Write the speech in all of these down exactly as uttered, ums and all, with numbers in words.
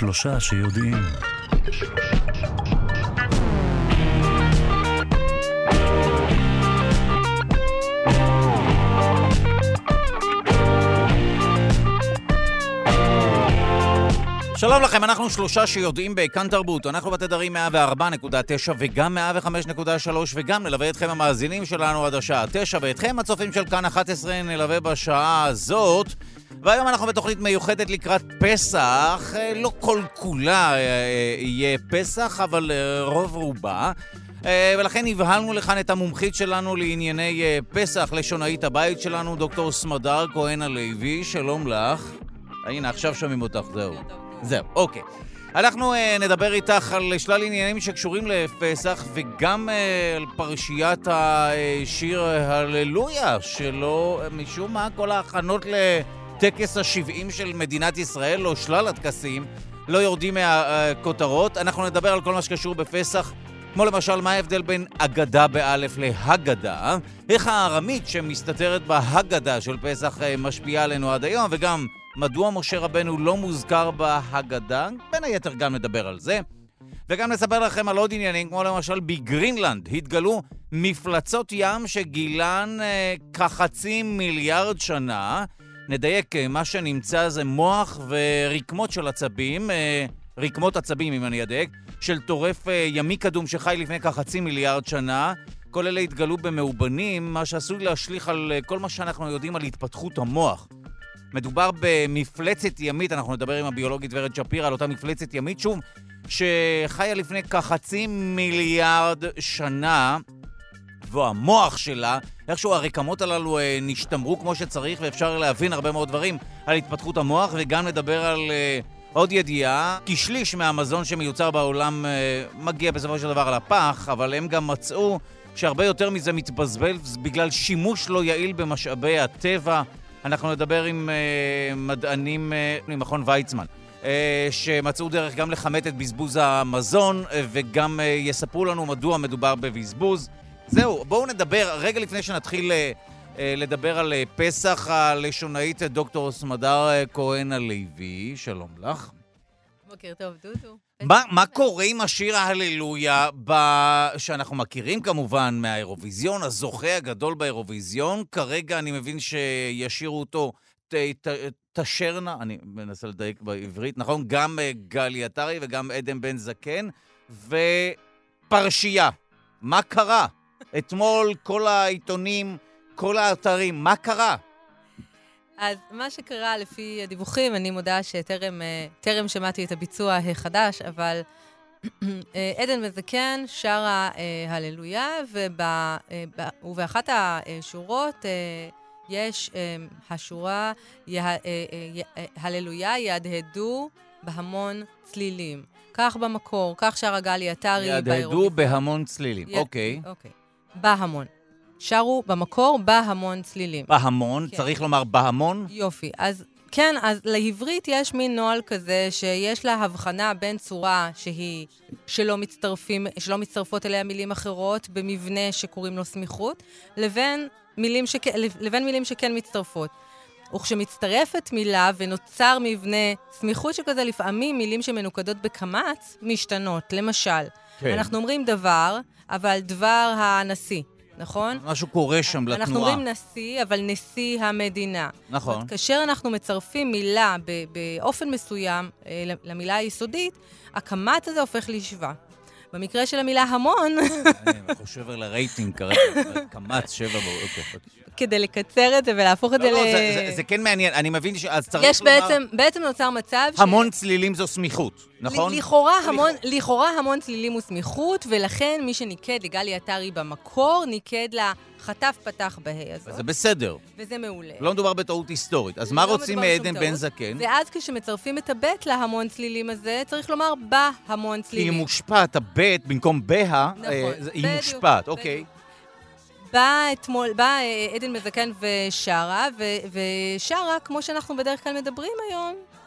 שלושה שיודעים. שלום לכם, אנחנו שלושה שיודעים בכאן תרבות. אנחנו בתדרים מאה וארבע נקודה תשע וגם מאה וחמש נקודה שלוש, וגם נלווה אתכם המאזינים שלנו עד השעה תשע, ואתכם הצופים של כאן אחת עשרה נלווה בשעה הזאת. והיום אנחנו בתוכנית מיוחדת לקראת פסח, לא כל כולה יהיה פסח, אבל רוב רובה. ולכן הבהלנו לכאן את המומחית שלנו לענייני פסח, לשונאית הבית שלנו, דוקטור סמדר כהן הלוי. שלום לך. הנה, עכשיו שומעים אותך, זהו. זהו, אוקיי. אנחנו אה, נדבר איתך על שלל עניינים שקשורים לפסח, וגם אה, על פרשיית השיר הללויה, שלא משום מה כל ההכנות לטקס ה-שבעים של מדינת ישראל, או שלל הטקסים, לא יורדים מהכותרות. אנחנו נדבר על כל מה שקשור בפסח, כמו למשל מה ההבדל בין אגדה באלף להגדה, איך הארמית שמסתתרת בהגדה של פסח משפיעה עלינו עד היום, וגם מדוע משה רבנו לא מוזכר בהגדה, בין היתר גם נדבר על זה. וגם נספר לכם על עוד עניינים, כמו למשל בגרינלנד התגלו מפלצות ים שגילן אה, כחצי מיליארד שנה. נדייק, מה שנמצא זה מוח ורקמות של עצבים, אה, רקמות עצבים אם אני אדייק, של טורף אה, ימי קדום שחי לפני כחצי מיליארד שנה. כל אלה התגלו במאובנים, מה שעשוי להשליך על אה, כל מה שאנחנו יודעים על התפתחות המוח. מדובר במפלצת ימית, אנחנו נדבר עם הביולוגית ורד שפירא על אותה מפלצת ימית, שוב, שחיה לפני כחצי מיליארד שנה, והמוח שלה, איכשהו הרקמות הללו נשתמרו כמו שצריך, ואפשר להבין הרבה מאוד דברים על התפתחות המוח, וגם נדבר על uh, עוד ידיעה, כי שליש מהמזון שמיוצר בעולם uh, מגיע בסופו של דבר על הפח, אבל הם גם מצאו שהרבה יותר מזה מתבזבז בגלל שימוש לא יעיל במשאבי הטבע. אנחנו נדבר עם uh, מדענים uh, ממכון ויצמן, uh, שמצאו דרך גם לחמת את בזבוז המזון, uh, וגם uh, יספרו לנו מדוע מדובר בבזבוז. זהו, בואו נדבר, רגע לפני שנתחיל uh, uh, לדבר על uh, פסח, הלשונאית דוקטור סמדר uh, כהן הלוי. שלום לך. בוקר טוב, דודו. מה, מה קורה עם השיר ההללויה ב... שאנחנו מכירים כמובן מהאירוויזיון, הזוכה הגדול באירוויזיון? כרגע אני מבין שישירו אותו ת, ת, תשרנה, אני מנסה לדייק בעברית, נכון? גם גלי עטרי וגם עדן בן זקן, ופרשייה. מה קרה? אתמול כל העיתונים, כל האתרים, מה קרה? אז מה שקרה לפי הדיווחים, אני מודה שטרם טרם שמעתי את הביצוע החדש, אבל עדן בן זקן שרה הללויה, ובאחת השורות יש השורה הללויה יהדהדו בהמון צלילים. כך במקור, כך שרה גלי עטרי. יהדהדו בהמון צלילים, אוקיי. אוקיי, בהמון. שרו במקור בהמון צלילים. בהמון? כן. צריך לומר בהמון? יופי. אז כן, אז לעברית יש מין נועל כזה שיש לה הבחנה בין צורה שהיא שלא מצטרפים, שלא מצטרפות אליה מילים אחרות במבנה שקוראים לו סמיכות, לבין מילים שכ... לבין מילים שכן מצטרפות. וכשמצטרפת מילה ונוצר מבנה סמיכות שכזה, לפעמים מילים שמנוקדות בקמץ משתנות. למשל, כן. אנחנו אומרים דבר, אבל דבר הנשיא. נכון? משהו קורה שם לתנועה. אנחנו אומרים נשיא, אבל נשיא המדינה. נכון. כאשר אנחנו מצרפים מילה באופן מסוים למילה היסודית, הקמץ הזה הופך לשבע. במקרה של המילה המון... אני חושב על הרייטינג כרגע, קמץ, שבע, אוקיי. כדי לקצר את זה ולהפוך את זה ל... לא, לא, זה כן מעניין. אני מבין שאז צריך לומר... יש בעצם, בעצם נוצר מצב ש... המון צלילים זו סמיכות, נכון? לכאורה המון צלילים הוא סמיכות, ולכן מי שניקד לגלי עטרי במקור, ניקד לה חטף פתח בהי הזאת. זה בסדר. וזה מעולה. לא מדובר בטעות היסטורית. אז מה רוצים מעדן בן זקן? ואז כשמצרפים את הבית להמון צלילים הזה, צריך לומר בהמון צלילים. היא מושפעת, הבית, במקום בה, היא מושפעת, אוקיי. בא אתמול, בא עדן בן זקן ושרה, ושרה, כמו שאנחנו בדרך כלל מדברים היום,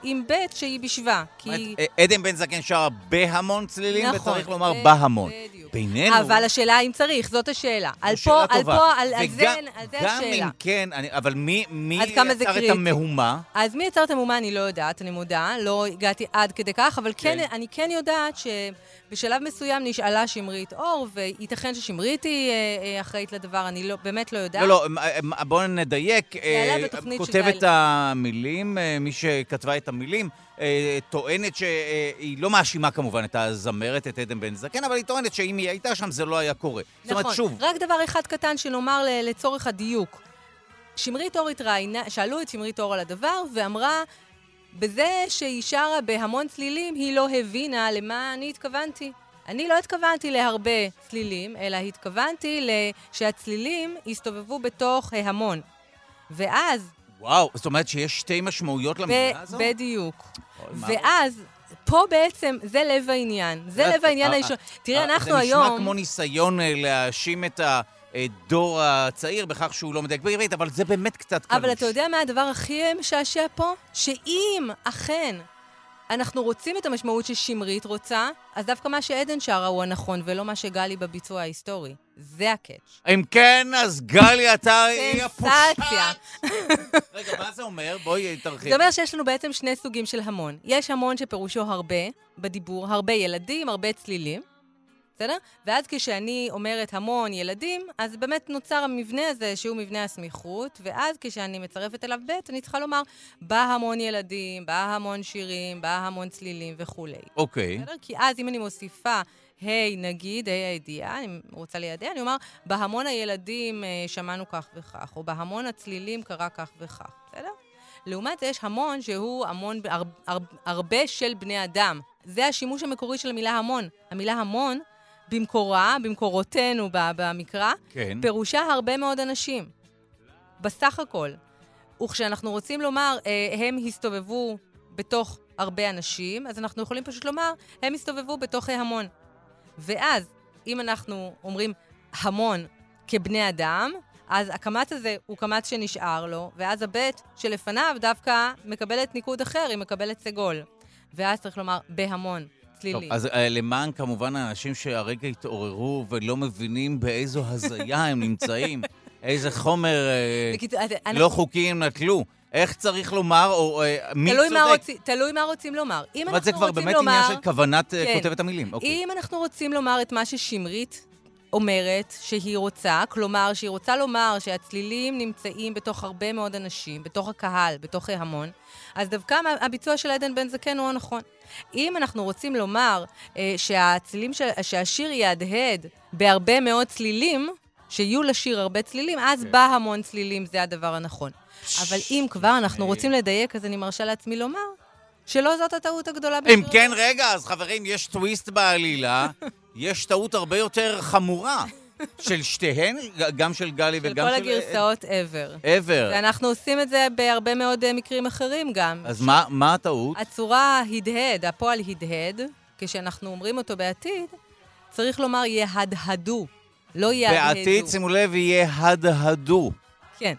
עם בית שהיא בשווה. כי... עדן בן זקן שרה בהמון צלילים, נכון, וצריך לומר בהמון. בדיוק. בינינו... אבל השאלה אם צריך, זאת השאלה. על שאלה פה, טובה. על פה, על, וגם, על זה, על זה גם השאלה. אם כן, אני, אבל מי, מי יצר את המהומה? אז מי יצר את המהומה אני לא יודעת, אני מודה, לא הגעתי עד כדי כך, אבל כן, כן אני כן יודעת שבשלב מסוים נשאלה שמרית אור, וייתכן ששמרית היא אחראית לדבר, אני לא, באמת לא יודעת. לא, לא, בואו נדייק. כותבת שגל... המילים, מי שכתבה את המילים, טוענת שהיא לא מאשימה כמובן את הזמרת, את עדן בן זקן, אבל היא טוענת שאם היא הייתה שם זה לא היה קורה. נכון, זאת אומרת, שוב... רק דבר אחד קטן שנאמר לצורך הדיוק. שמרית אור התראיינה, שאלו את שמרית אור על הדבר, ואמרה, בזה שהיא שרה בהמון צלילים, היא לא הבינה למה אני התכוונתי. אני לא התכוונתי להרבה צלילים, אלא התכוונתי שהצלילים יסתובבו בתוך ההמון. ואז... וואו, זאת אומרת שיש שתי משמעויות למילה הזו? בדיוק. ואז... פה בעצם, זה לב העניין. זה לב העניין הראשון. תראה, אנחנו היום... זה נשמע כמו ניסיון להאשים את הדור הצעיר בכך שהוא לא מדייק בעברית, אבל זה באמת קצת קלוש. אבל אתה יודע מה הדבר הכי משעשע פה? שאם אכן אנחנו רוצים את המשמעות ששמרית רוצה, אז דווקא מה שעדן שרה הוא הנכון, ולא מה שגלי בביצוע ההיסטורי. זה הקאץ'. אם כן, אז גלי עטרי היא הפושעת. רגע, מה זה אומר? בואי תרחיב. זה אומר שיש לנו בעצם שני סוגים של המון. יש המון שפירושו הרבה בדיבור, הרבה ילדים, הרבה צלילים. בסדר? ואז כשאני אומרת המון ילדים, אז באמת נוצר המבנה הזה שהוא מבנה הסמיכות, ואז כשאני מצרפת אליו בית, אני צריכה לומר, בא המון ילדים, בא המון שירים, בא המון צלילים וכולי. אוקיי. בסדר? כי אז אם אני מוסיפה, היי, נגיד, היי הידיעה, אני רוצה לידע, אני אומר, בהמון הילדים שמענו כך וכך, או בהמון הצלילים קרה כך וכך. בסדר? לעומת זה יש המון שהוא המון, הר, הר, הרבה של בני אדם. זה השימוש המקורי של המילה המון. המילה המון, במקורה, במקורותינו במקרא, כן. פירושה הרבה מאוד אנשים. בסך הכל. וכשאנחנו רוצים לומר, הם הסתובבו בתוך הרבה אנשים, אז אנחנו יכולים פשוט לומר, הם הסתובבו בתוך המון. ואז, אם אנחנו אומרים המון כבני אדם, אז הקמץ הזה הוא קמץ שנשאר לו, ואז הבית שלפניו דווקא מקבלת ניקוד אחר, היא מקבלת סגול. ואז צריך לומר בהמון. טוב, אז למען כמובן האנשים שהרגע התעוררו ולא מבינים באיזו הזיה הם נמצאים, איזה חומר לא חוקי הם נטלו, איך צריך לומר, או מי צודק? תלוי מה רוצים לומר. אבל זה כבר באמת עניין של כוונת כותבת המילים. אם אנחנו רוצים לומר את מה ששמרית אומרת שהיא רוצה, כלומר שהיא רוצה לומר שהצלילים נמצאים בתוך הרבה מאוד אנשים, בתוך הקהל, בתוך ההמון, אז דווקא הביצוע של עדן בן זקן הוא הנכון. אם אנחנו רוצים לומר אה, שהצלילים, ש... שהשיר יהדהד בהרבה מאוד צלילים, שיהיו לשיר הרבה צלילים, אז בא המון צלילים, זה הדבר הנכון. אבל אם כבר אנחנו רוצים לדייק, אז אני מרשה לעצמי לומר שלא זאת הטעות הגדולה בשיר. אם כן, רגע, אז חברים, יש טוויסט בעלילה, יש טעות הרבה יותר חמורה. של שתיהן, גם של גלי וגם של... של כל הגרסאות ever. ever. ואנחנו עושים את זה בהרבה מאוד מקרים אחרים גם. אז מה, מה הטעות? הצורה הדהד, הפועל הדהד, כשאנחנו אומרים אותו בעתיד, צריך לומר יהדהדו, לא יהדהדו. בעתיד, שימו לב, יהדהדו. כן.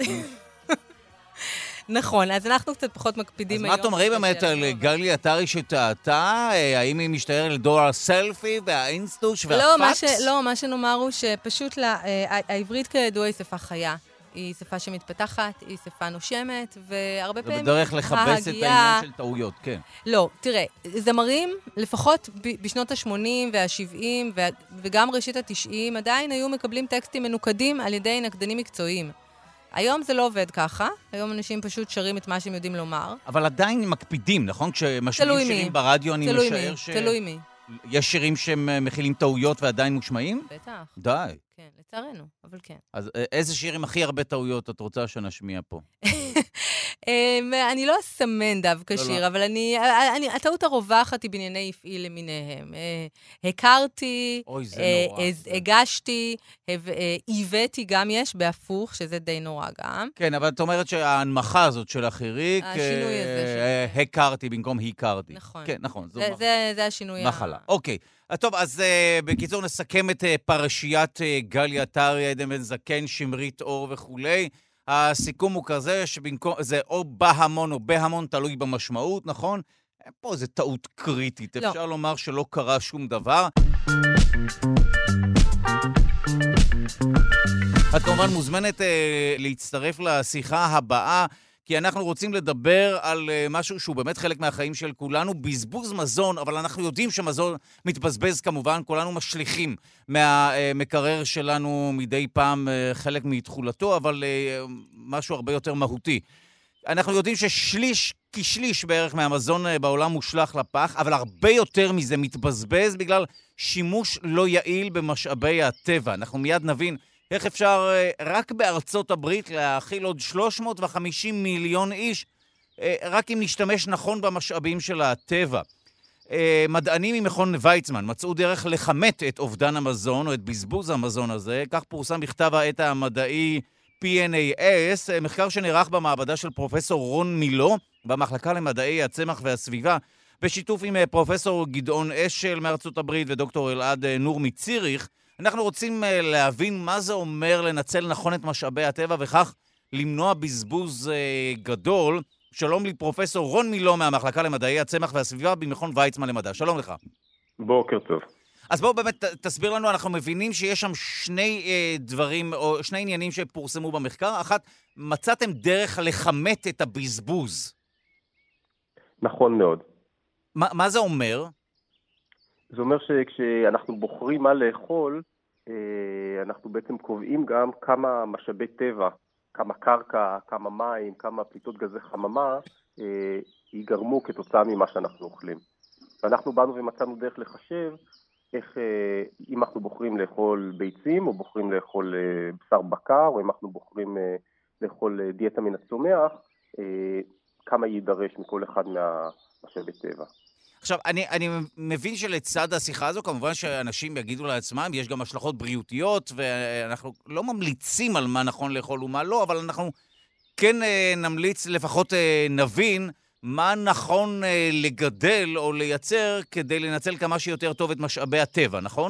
נכון, אז אנחנו קצת פחות מקפידים היום. אז מה תאמרי באמת על גלי עטרי שטעתה? האם היא משתער לדור הסלפי והאינסטוש והפקס? לא, מה שנאמר הוא שפשוט העברית כידוע היא שפה חיה. היא שפה שמתפתחת, היא שפה נושמת, והרבה פעמים... זה בדרך לחפש את העניין של טעויות, כן. לא, תראה, זמרים, לפחות בשנות ה-שמונים וה-שבעים וגם ראשית ה-תשעים, עדיין היו מקבלים טקסטים מנוקדים על ידי נקדנים מקצועיים. היום זה לא עובד ככה, היום אנשים פשוט שרים את מה שהם יודעים לומר. אבל עדיין מקפידים, נכון? כשמשמיעים שירים ברדיו, אני משער ש... תלוי מי. יש שירים שמכילים טעויות ועדיין מושמעים? בטח. די. כן, לצערנו, אבל כן. אז איזה שירים הכי הרבה טעויות את רוצה שנשמיע פה? אני לא אסמן דווקא שיר, אבל אני, הטעות הרווחת היא בענייני הפעיל למיניהם. הכרתי, הגשתי, הבאתי גם יש, בהפוך, שזה די נורא גם. כן, אבל את אומרת שההנמכה הזאת של החיריק, השינוי הזה. הכרתי במקום הכרתי. נכון. כן, נכון. זה השינוי. מחלה. אוקיי. טוב, אז בקיצור נסכם את פרשיית גלי עטרי, עדן בן זקן, שמרית אור וכולי. הסיכום הוא כזה שבמקום, זה או בהמון או בהמון, תלוי במשמעות, נכון? פה איזו טעות קריטית, לא. אפשר לומר שלא קרה שום דבר. את כמובן מוזמנת אה, להצטרף לשיחה הבאה, כי אנחנו רוצים לדבר על אה, משהו שהוא באמת חלק מהחיים של כולנו, בזבוז מזון, אבל אנחנו יודעים שמזון מתבזבז כמובן, כולנו משליכים מהמקרר שלנו מדי פעם אה, חלק מתחולתו, אבל אה, משהו הרבה יותר מהותי. אנחנו יודעים ששליש, כשליש בערך מהמזון בעולם מושלך לפח, אבל הרבה יותר מזה מתבזבז בגלל שימוש לא יעיל במשאבי הטבע. אנחנו מיד נבין איך אפשר רק בארצות הברית להאכיל עוד שלוש מאות וחמישים מיליון איש, רק אם נשתמש נכון במשאבים של הטבע. מדענים ממכון ויצמן מצאו דרך לכמת את אובדן המזון או את בזבוז המזון הזה. כך פורסם בכתב העת המדעי פי אן איי אס, מחקר שנערך במעבדה של פרופסור רון מילו, במחלקה למדעי הצמח והסביבה, בשיתוף עם פרופסור גדעון אשל מארצות הברית ודוקטור אלעד נור מציריך. אנחנו רוצים להבין מה זה אומר לנצל נכון את משאבי הטבע וכך למנוע בזבוז גדול. שלום לי פרופסור רון מילו מהמחלקה למדעי הצמח והסביבה במכון ויצמן למדע. שלום לך. בוקר טוב. אז בואו באמת תסביר לנו, אנחנו מבינים שיש שם שני אה, דברים, או שני עניינים שפורסמו במחקר. אחת, מצאתם דרך לכמת את הבזבוז. נכון מאוד. ما, מה זה אומר? זה אומר שכשאנחנו בוחרים מה לאכול, אה, אנחנו בעצם קובעים גם כמה משאבי טבע, כמה קרקע, כמה מים, כמה פליטות גזי חממה, אה, ייגרמו כתוצאה ממה שאנחנו אוכלים. ואנחנו באנו ומצאנו דרך לחשב, איך, אם אנחנו בוחרים לאכול ביצים, או בוחרים לאכול בשר בקר, או אם אנחנו בוחרים לאכול דיאטה מן הצומח, כמה יידרש מכל אחד מהמשאבי טבע. עכשיו, אני, אני מבין שלצד השיחה הזו, כמובן שאנשים יגידו לעצמם, יש גם השלכות בריאותיות, ואנחנו לא ממליצים על מה נכון לאכול ומה לא, אבל אנחנו כן נמליץ, לפחות נבין, מה נכון אה, לגדל או לייצר כדי לנצל כמה שיותר טוב את משאבי הטבע, נכון?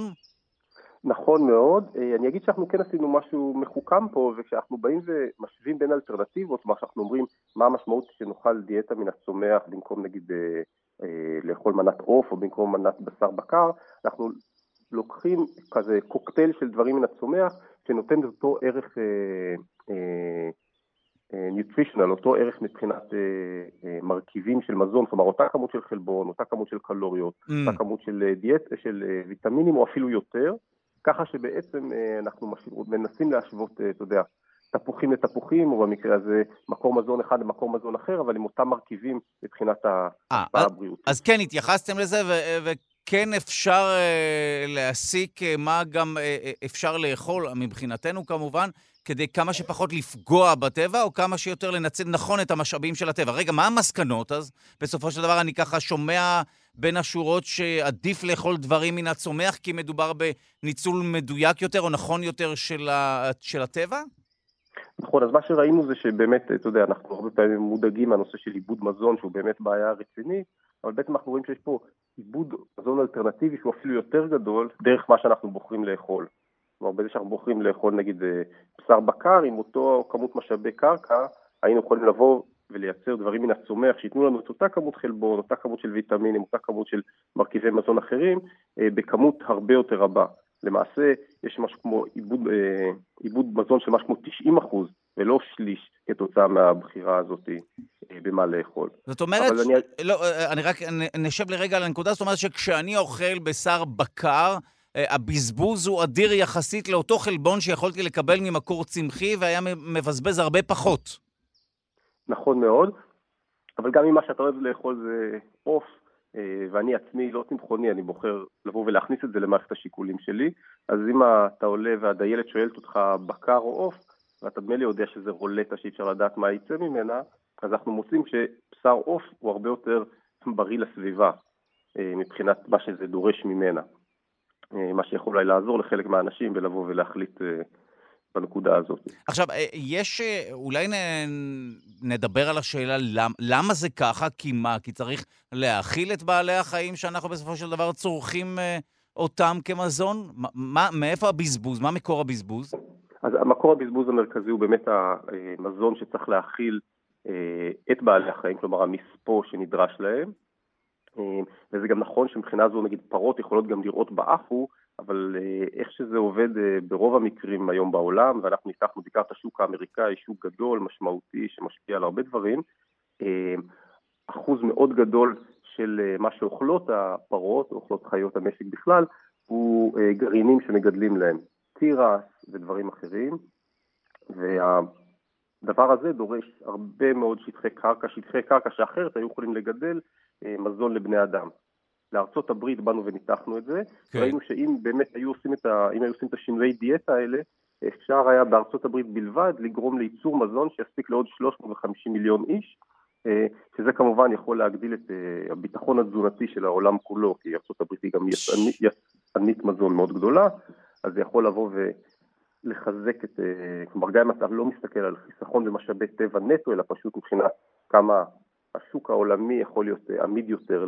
נכון מאוד. אני אגיד שאנחנו כן עשינו משהו מחוכם פה, וכשאנחנו באים ומשווים בין אלטרנטיבות, מה שאנחנו אומרים, מה המשמעות שנאכל דיאטה מן הצומח, במקום נגיד אה, אה, לאכול מנת עוף או במקום מנת בשר בקר, אנחנו לוקחים כזה קוקטייל של דברים מן הצומח, שנותן אותו ערך אה, אה, ניוטרישנל, אותו ערך מבחינת אה, אה, מרכיבים של מזון, כלומר אותה כמות של חלבון, אותה כמות של קלוריות, mm. אותה כמות של דיאט, של אה, ויטמינים או אפילו יותר, ככה שבעצם אה, אנחנו משאיר, מנסים להשוות, אה, אתה יודע, תפוחים לתפוחים, או במקרה הזה מקור מזון אחד למקור מזון אחר, אבל עם אותם מרכיבים מבחינת ההשפעה הבריאותית. אז כן, התייחסתם לזה, ו- וכן אפשר אה, להסיק אה, מה גם אה, אפשר לאכול, מבחינתנו כמובן, כדי כמה שפחות לפגוע בטבע, או כמה שיותר לנצל נכון את המשאבים של הטבע. רגע, מה המסקנות אז? בסופו של דבר אני ככה שומע בין השורות שעדיף לאכול דברים מן הצומח, כי מדובר בניצול מדויק יותר או נכון יותר של, ה... של הטבע? נכון, אז מה שראינו זה שבאמת, אתה יודע, אנחנו הרבה פעמים מודאגים מהנושא של איבוד מזון, שהוא באמת בעיה רצינית, אבל בעצם אנחנו רואים שיש פה איבוד מזון אלטרנטיבי שהוא אפילו יותר גדול, דרך מה שאנחנו בוחרים לאכול. כלומר, בזה שאנחנו בוחרים לאכול נגיד בשר בקר, עם אותו כמות משאבי קרקע, היינו יכולים לבוא ולייצר דברים מן הצומח, שיתנו לנו את אותה כמות חלבון, אותה כמות של ויטמינים, אותה כמות של מרכיבי מזון אחרים, בכמות הרבה יותר רבה. למעשה, יש משהו כמו עיבוד, עיבוד מזון של משהו כמו תשעים אחוז, ולא שליש כתוצאה מהבחירה הזאת במה לאכול. זאת אומרת, ש... אני... לא, אני רק נשב לרגע על הנקודה, זאת אומרת שכשאני אוכל בשר בקר, הבזבוז הוא אדיר יחסית לאותו חלבון שיכולתי לקבל ממקור צמחי, והיה מבזבז הרבה פחות. נכון מאוד, אבל גם אם מה שאתה אוהב לאכול זה עוף, ואני עצמי לא צמחוני, אני בוחר לבוא ולהכניס את זה למערכת השיקולים שלי, אז אם אתה עולה והדיילת שואלת אותך בקר או עוף, ואתה דמה לי יודע שזה רולטה שאי אפשר לדעת מה יצא ממנה, אז אנחנו מוצאים שבשר עוף הוא הרבה יותר בריא לסביבה, מבחינת מה שזה דורש ממנה. מה שיכול אולי לעזור לחלק מהאנשים ולבוא ולהחליט בנקודה הזאת. עכשיו, יש, אולי נדבר על השאלה למ, למה זה ככה? כי מה? כי צריך להאכיל את בעלי החיים שאנחנו בסופו של דבר צורכים אותם כמזון? מה, מאיפה הבזבוז? מה מקור הבזבוז? אז המקור הבזבוז המרכזי הוא באמת המזון שצריך להכיל את בעלי החיים, כלומר המספוא שנדרש להם, וזה גם נכון שמבחינה זו נגיד פרות יכולות גם לראות באפו, אבל איך שזה עובד ברוב המקרים היום בעולם, ואנחנו ניתחנו בעיקר את השוק האמריקאי, שוק גדול, משמעותי, שמשפיע על הרבה דברים, אחוז מאוד גדול של מה שאוכלות הפרות, אוכלות חיות המשק בכלל, הוא גרעינים שמגדלים להם, תירס ודברים אחרים, והדבר הזה דורש הרבה מאוד שטחי קרקע, שטחי קרקע שאחרת היו יכולים לגדל מזון לבני אדם. לארצות הברית באנו וניתחנו את זה, okay. ראינו שאם באמת היו עושים את, ה, אם היו עושים את השינויי דיאטה האלה, אפשר היה בארצות הברית בלבד לגרום לייצור מזון שיספיק לעוד שלוש מאות וחמישים מיליון איש, שזה כמובן יכול להגדיל את הביטחון התזונתי של העולם כולו, כי ארצות הברית היא גם יצרנית, יצרנית מזון מאוד גדולה, אז זה יכול לבוא ולחזק את, כלומר גם אם אתה לא מסתכל על חיסכון במשאבי טבע נטו, אלא פשוט מבחינת כמה השוק העולמי יכול להיות עמיד יותר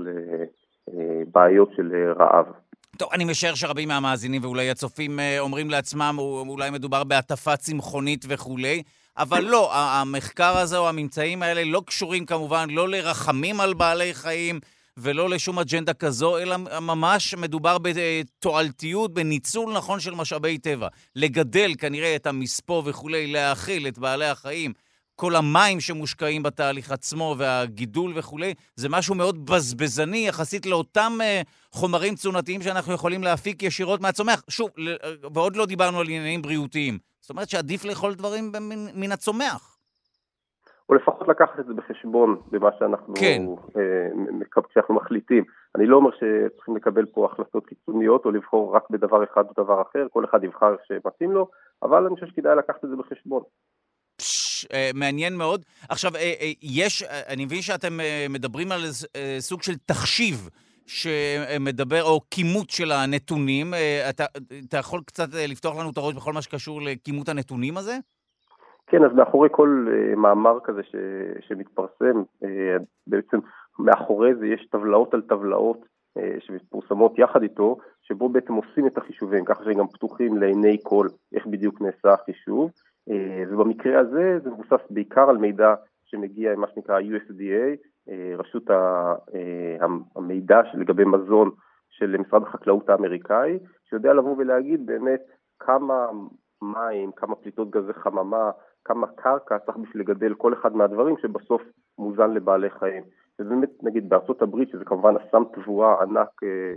לבעיות של רעב. טוב, אני משער שרבים מהמאזינים ואולי הצופים אומרים לעצמם, אולי מדובר בהטפה צמחונית וכולי, אבל לא, המחקר הזה או הממצאים האלה לא קשורים כמובן לא לרחמים על בעלי חיים ולא לשום אג'נדה כזו, אלא ממש מדובר בתועלתיות, בניצול נכון של משאבי טבע. לגדל כנראה את המספוא וכולי, להאכיל את בעלי החיים, כל המים שמושקעים בתהליך עצמו והגידול וכולי, זה משהו מאוד בזבזני יחסית לאותם חומרים תזונתיים שאנחנו יכולים להפיק ישירות מהצומח. שוב, ועוד לא דיברנו על עניינים בריאותיים. זאת אומרת שעדיף לאכול דברים מן הצומח. או לפחות לקחת את זה בחשבון במה שאנחנו, כן. כשאנחנו מחליטים. אני לא אומר שצריכים לקבל פה החלטות קיצוניות או לבחור רק בדבר אחד או דבר אחר, כל אחד יבחר שמתאים לו, אבל אני חושב שכדאי לקחת את זה בחשבון. מעניין מאוד. עכשיו, יש, אני מבין שאתם מדברים על סוג של תחשיב שמדבר, או כימות של הנתונים. אתה, אתה יכול קצת לפתוח לנו את הראש בכל מה שקשור לכימות הנתונים הזה? כן, אז מאחורי כל מאמר כזה ש, שמתפרסם, בעצם מאחורי זה יש טבלאות על טבלאות שמתפורסמות יחד איתו, שבו בעצם עושים את החישובים, ככה שהם גם פתוחים לעיני כל איך בדיוק נעשה החישוב. ובמקרה הזה זה מבוסס בעיקר על מידע שמגיע עם מה שנקרא U S D A, רשות המידע לגבי מזון של משרד החקלאות האמריקאי, שיודע לבוא ולהגיד באמת כמה מים, כמה פליטות גזי חממה, כמה קרקע צריך בשביל לגדל כל אחד מהדברים שבסוף מוזן לבעלי חיים. ובאמת נגיד בארצות הברית, שזה כמובן אסם תבואה ענק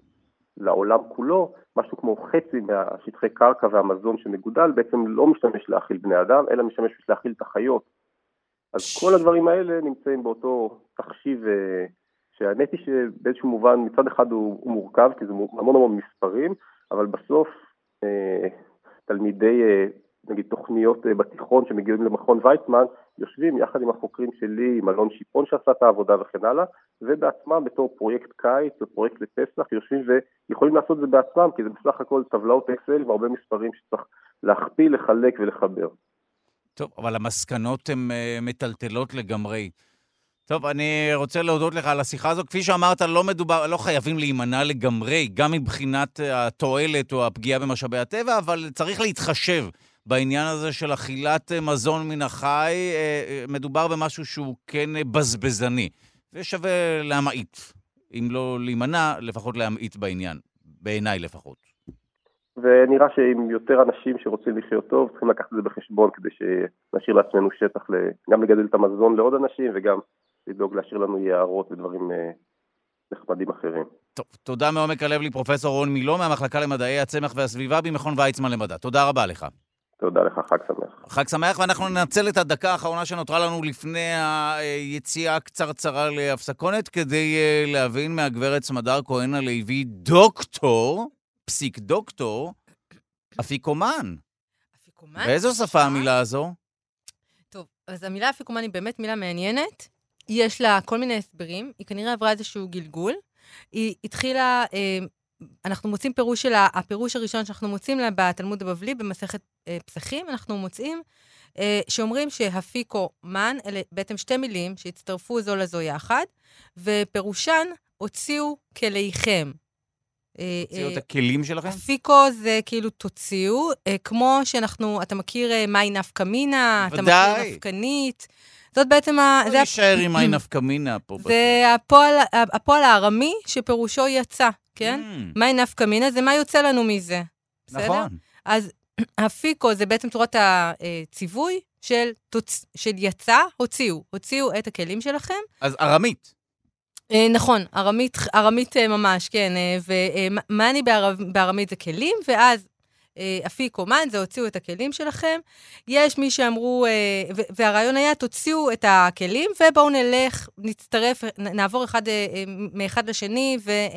לעולם כולו, משהו כמו חצי מהשטחי קרקע והמזון שמגודל בעצם לא משתמש להאכיל בני אדם, אלא משתמש להאכיל את החיות. אז כל הדברים האלה נמצאים באותו תחשיב, שהאמת היא שבאיזשהו מובן מצד אחד הוא, הוא מורכב, כי זה המון המון מספרים, אבל בסוף אה, תלמידי אה, נגיד תוכניות אה, בתיכון שמגיעים למכון ויצמן, יושבים יחד עם החוקרים שלי, עם אלון שיפון שעשה את העבודה וכן הלאה, ובעצמם בתור פרויקט קיץ או פרויקט לפסח, יושבים ויכולים לעשות את זה בעצמם, כי זה בסך הכל טבלאות אקסל והרבה מספרים שצריך להכפיל, לחלק ולחבר. טוב, אבל המסקנות הן uh, מטלטלות לגמרי. טוב, אני רוצה להודות לך על השיחה הזו. כפי שאמרת, לא מדובר, לא חייבים להימנע לגמרי, גם מבחינת התועלת או הפגיעה במשאבי הטבע, אבל צריך להתחשב בעניין הזה של אכילת מזון מן החי. מדובר במשהו שהוא כן בזבזני, ושווה להמעיט. אם לא להימנע, לפחות להמעיט בעניין, בעיניי לפחות. ונראה שעם יותר אנשים שרוצים לחיות טוב, צריכים לקחת את זה בחשבון, כדי שנשאיר לעצמנו שטח גם לגדל את המזון לעוד אנשים, וגם לדאוג להשאיר לנו יערות ודברים נחמדים אחרים. טוב, תודה מעומק הלב לי, פרופסור רון מילו, מהמחלקה למדעי הצמח והסביבה במכון ויצמן למדע. תודה רבה לך. תודה לך, חג שמח. חג שמח, ואנחנו ננצל את הדקה האחרונה שנותרה לנו לפני היציאה קצרצרה להפסקונת, כדי להבין מהגברת סמדר כהן הלוי, דוקטור, פסיק דוקטור, אפיקומן. אפיקומן? באיזו שפה המילה הזו? טוב, אז המילה אפיקומן היא באמת מילה מעניינת. יש לה כל מיני הסברים. היא כנראה עברה איזשהו גלגול. היא התחילה, אנחנו מוצאים פירוש שלה, הפירוש הראשון שאנחנו מוצאים לה בתלמוד הבבלי, במסכת פסחים, אנחנו מוצאים שאומרים שהפיקומן, אלה בעצם שתי מילים שהצטרפו זו לזו יחד, ופירושן הוציאו כליכם. תוציאו את הכלים שלכם? אפיקו זה כאילו תוציאו, כמו שאנחנו, אתה מכיר מי נפקמינה, אתה מכיר נפקנית, זאת בעצם ה... לא נשאר עם מי נפקמינה פה. זה הפועל הארמי שפירושו יצא, כן? מי נפקמינה זה מה יוצא לנו מזה. נכון. אז אפיקו זה בעצם צורת הציווי של יצא, הוציאו. הוציאו את הכלים שלכם. אז ארמית. נכון, ארמית, ארמית ממש, כן. ומאני בארמית זה כלים, ואז אפיקו מן, זה הוציאו את הכלים שלכם. יש מי שאמרו, והרעיון היה, תוציאו את הכלים, ובואו נלך, נצטרף, נעבור אחד, מאחד לשני,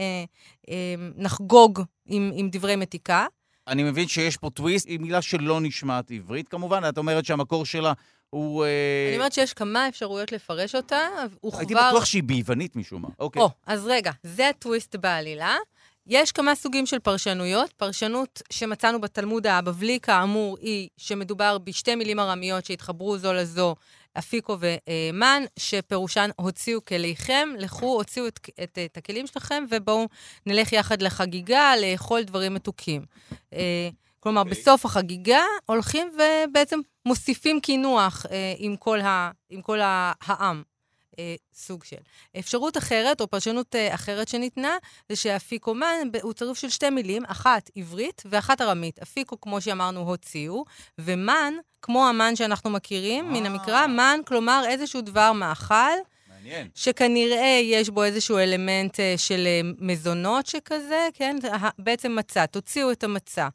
ונחגוג עם, עם דברי מתיקה. אני מבין שיש פה טוויסט, היא מילה שלא נשמעת עברית, כמובן, את אומרת שהמקור שלה הוא... אני אומרת שיש כמה אפשרויות לפרש אותה, הייתי בטוח שהיא ביוונית משום מה. אוקיי. או, אז רגע, זה הטוויסט בעלילה. יש כמה סוגים של פרשנויות. פרשנות שמצאנו בתלמוד הבבלי, כאמור, היא שמדובר בשתי מילים ארמיות שהתחברו זו לזו, אפיקו ומן, שפירושן הוציאו כליכם, לכו, הוציאו את, את, את הכלים שלכם, ובואו נלך יחד לחגיגה, לאכול דברים מתוקים. כלומר, okay. בסוף החגיגה הולכים ובעצם מוסיפים כינוח עם כל, ה, עם כל ה, העם. סוג של. אפשרות אחרת, או פרשנות אחרת שניתנה, זה שאפיקו מן הוא צירוף של שתי מילים, אחת עברית ואחת ארמית. אפיקו, כמו שאמרנו, הוציאו, ומן, כמו המן שאנחנו מכירים, מן המקרא, מן, כלומר איזשהו דבר מאכל, מעניין. שכנראה יש בו איזשהו אלמנט של מזונות שכזה, כן? בעצם מצה, תוציאו את המצה.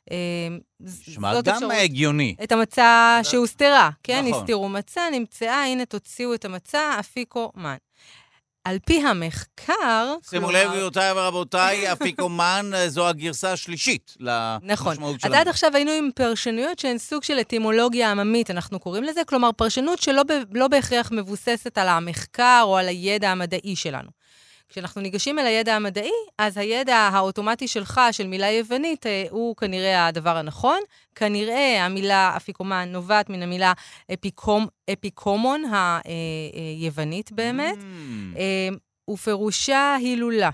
שמע, גם הגיוני. את המצה שהוסתרה, כן? הסתירו מצה, נמצאה, הנה תוציאו את המצה, אפיקו מן. על פי המחקר... שימו לב, גבירותיי ורבותיי, אפיקו מן זו הגרסה השלישית למשמעות שלנו. נכון. אז עד עכשיו היינו עם פרשנויות שהן סוג של אטימולוגיה עממית, אנחנו קוראים לזה, כלומר פרשנות שלא בהכרח מבוססת על המחקר או על הידע המדעי שלנו. כשאנחנו ניגשים אל הידע המדעי, אז הידע האוטומטי שלך, של מילה יוונית, הוא כנראה הדבר הנכון. כנראה המילה אפיקומן נובעת מן המילה אפיקום, אפיקומון היוונית באמת, mm. ופירושה הילולה.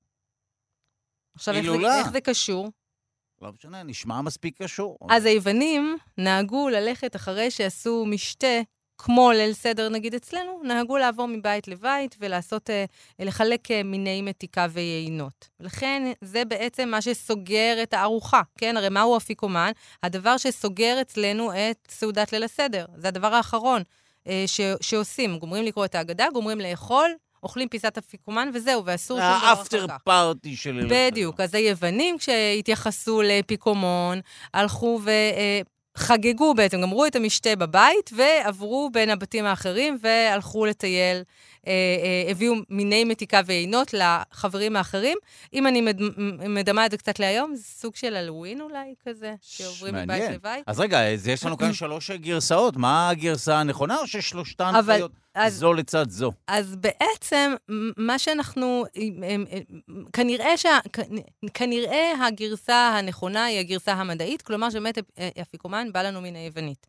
עכשיו, הילולה? איך זה, איך זה קשור? לא משנה, נשמע מספיק קשור. אז היוונים נהגו ללכת אחרי שעשו משתה, כמו ליל סדר נגיד אצלנו, נהגו לעבור מבית לבית ולעשות, לחלק מיני מתיקה ויינות. ולכן זה בעצם מה שסוגר את הארוחה, כן? הרי מהו אפיקומן? הדבר שסוגר אצלנו את סעודת ליל הסדר. זה הדבר האחרון ש- שעושים. גומרים לקרוא את ההגדה, גומרים לאכול, אוכלים פיסת אפיקומן וזהו, ואסור שום דבר אחר כך. האפטר פארטי של ליל הסדר. בדיוק. אז היוונים כשהתייחסו לאפיקומון, הלכו ו... חגגו בעצם, גמרו את המשתה בבית, ועברו בין הבתים האחרים, והלכו לטייל, אה, אה, הביאו מיני מתיקה ועינות לחברים האחרים. אם אני מד, מדמה את זה קצת להיום, זה סוג של הלווין אולי כזה, שעוברים מבית לבית. אז רגע, אז יש לנו כאן שלוש גרסאות, מה הגרסה הנכונה, או ששלושתן חיות זו לצד זו? אז בעצם, מה שאנחנו, כנראה, שה, כנראה הגרסה הנכונה היא הגרסה המדעית, כלומר שבאמת אפיקומן בא לנו מן היוונית.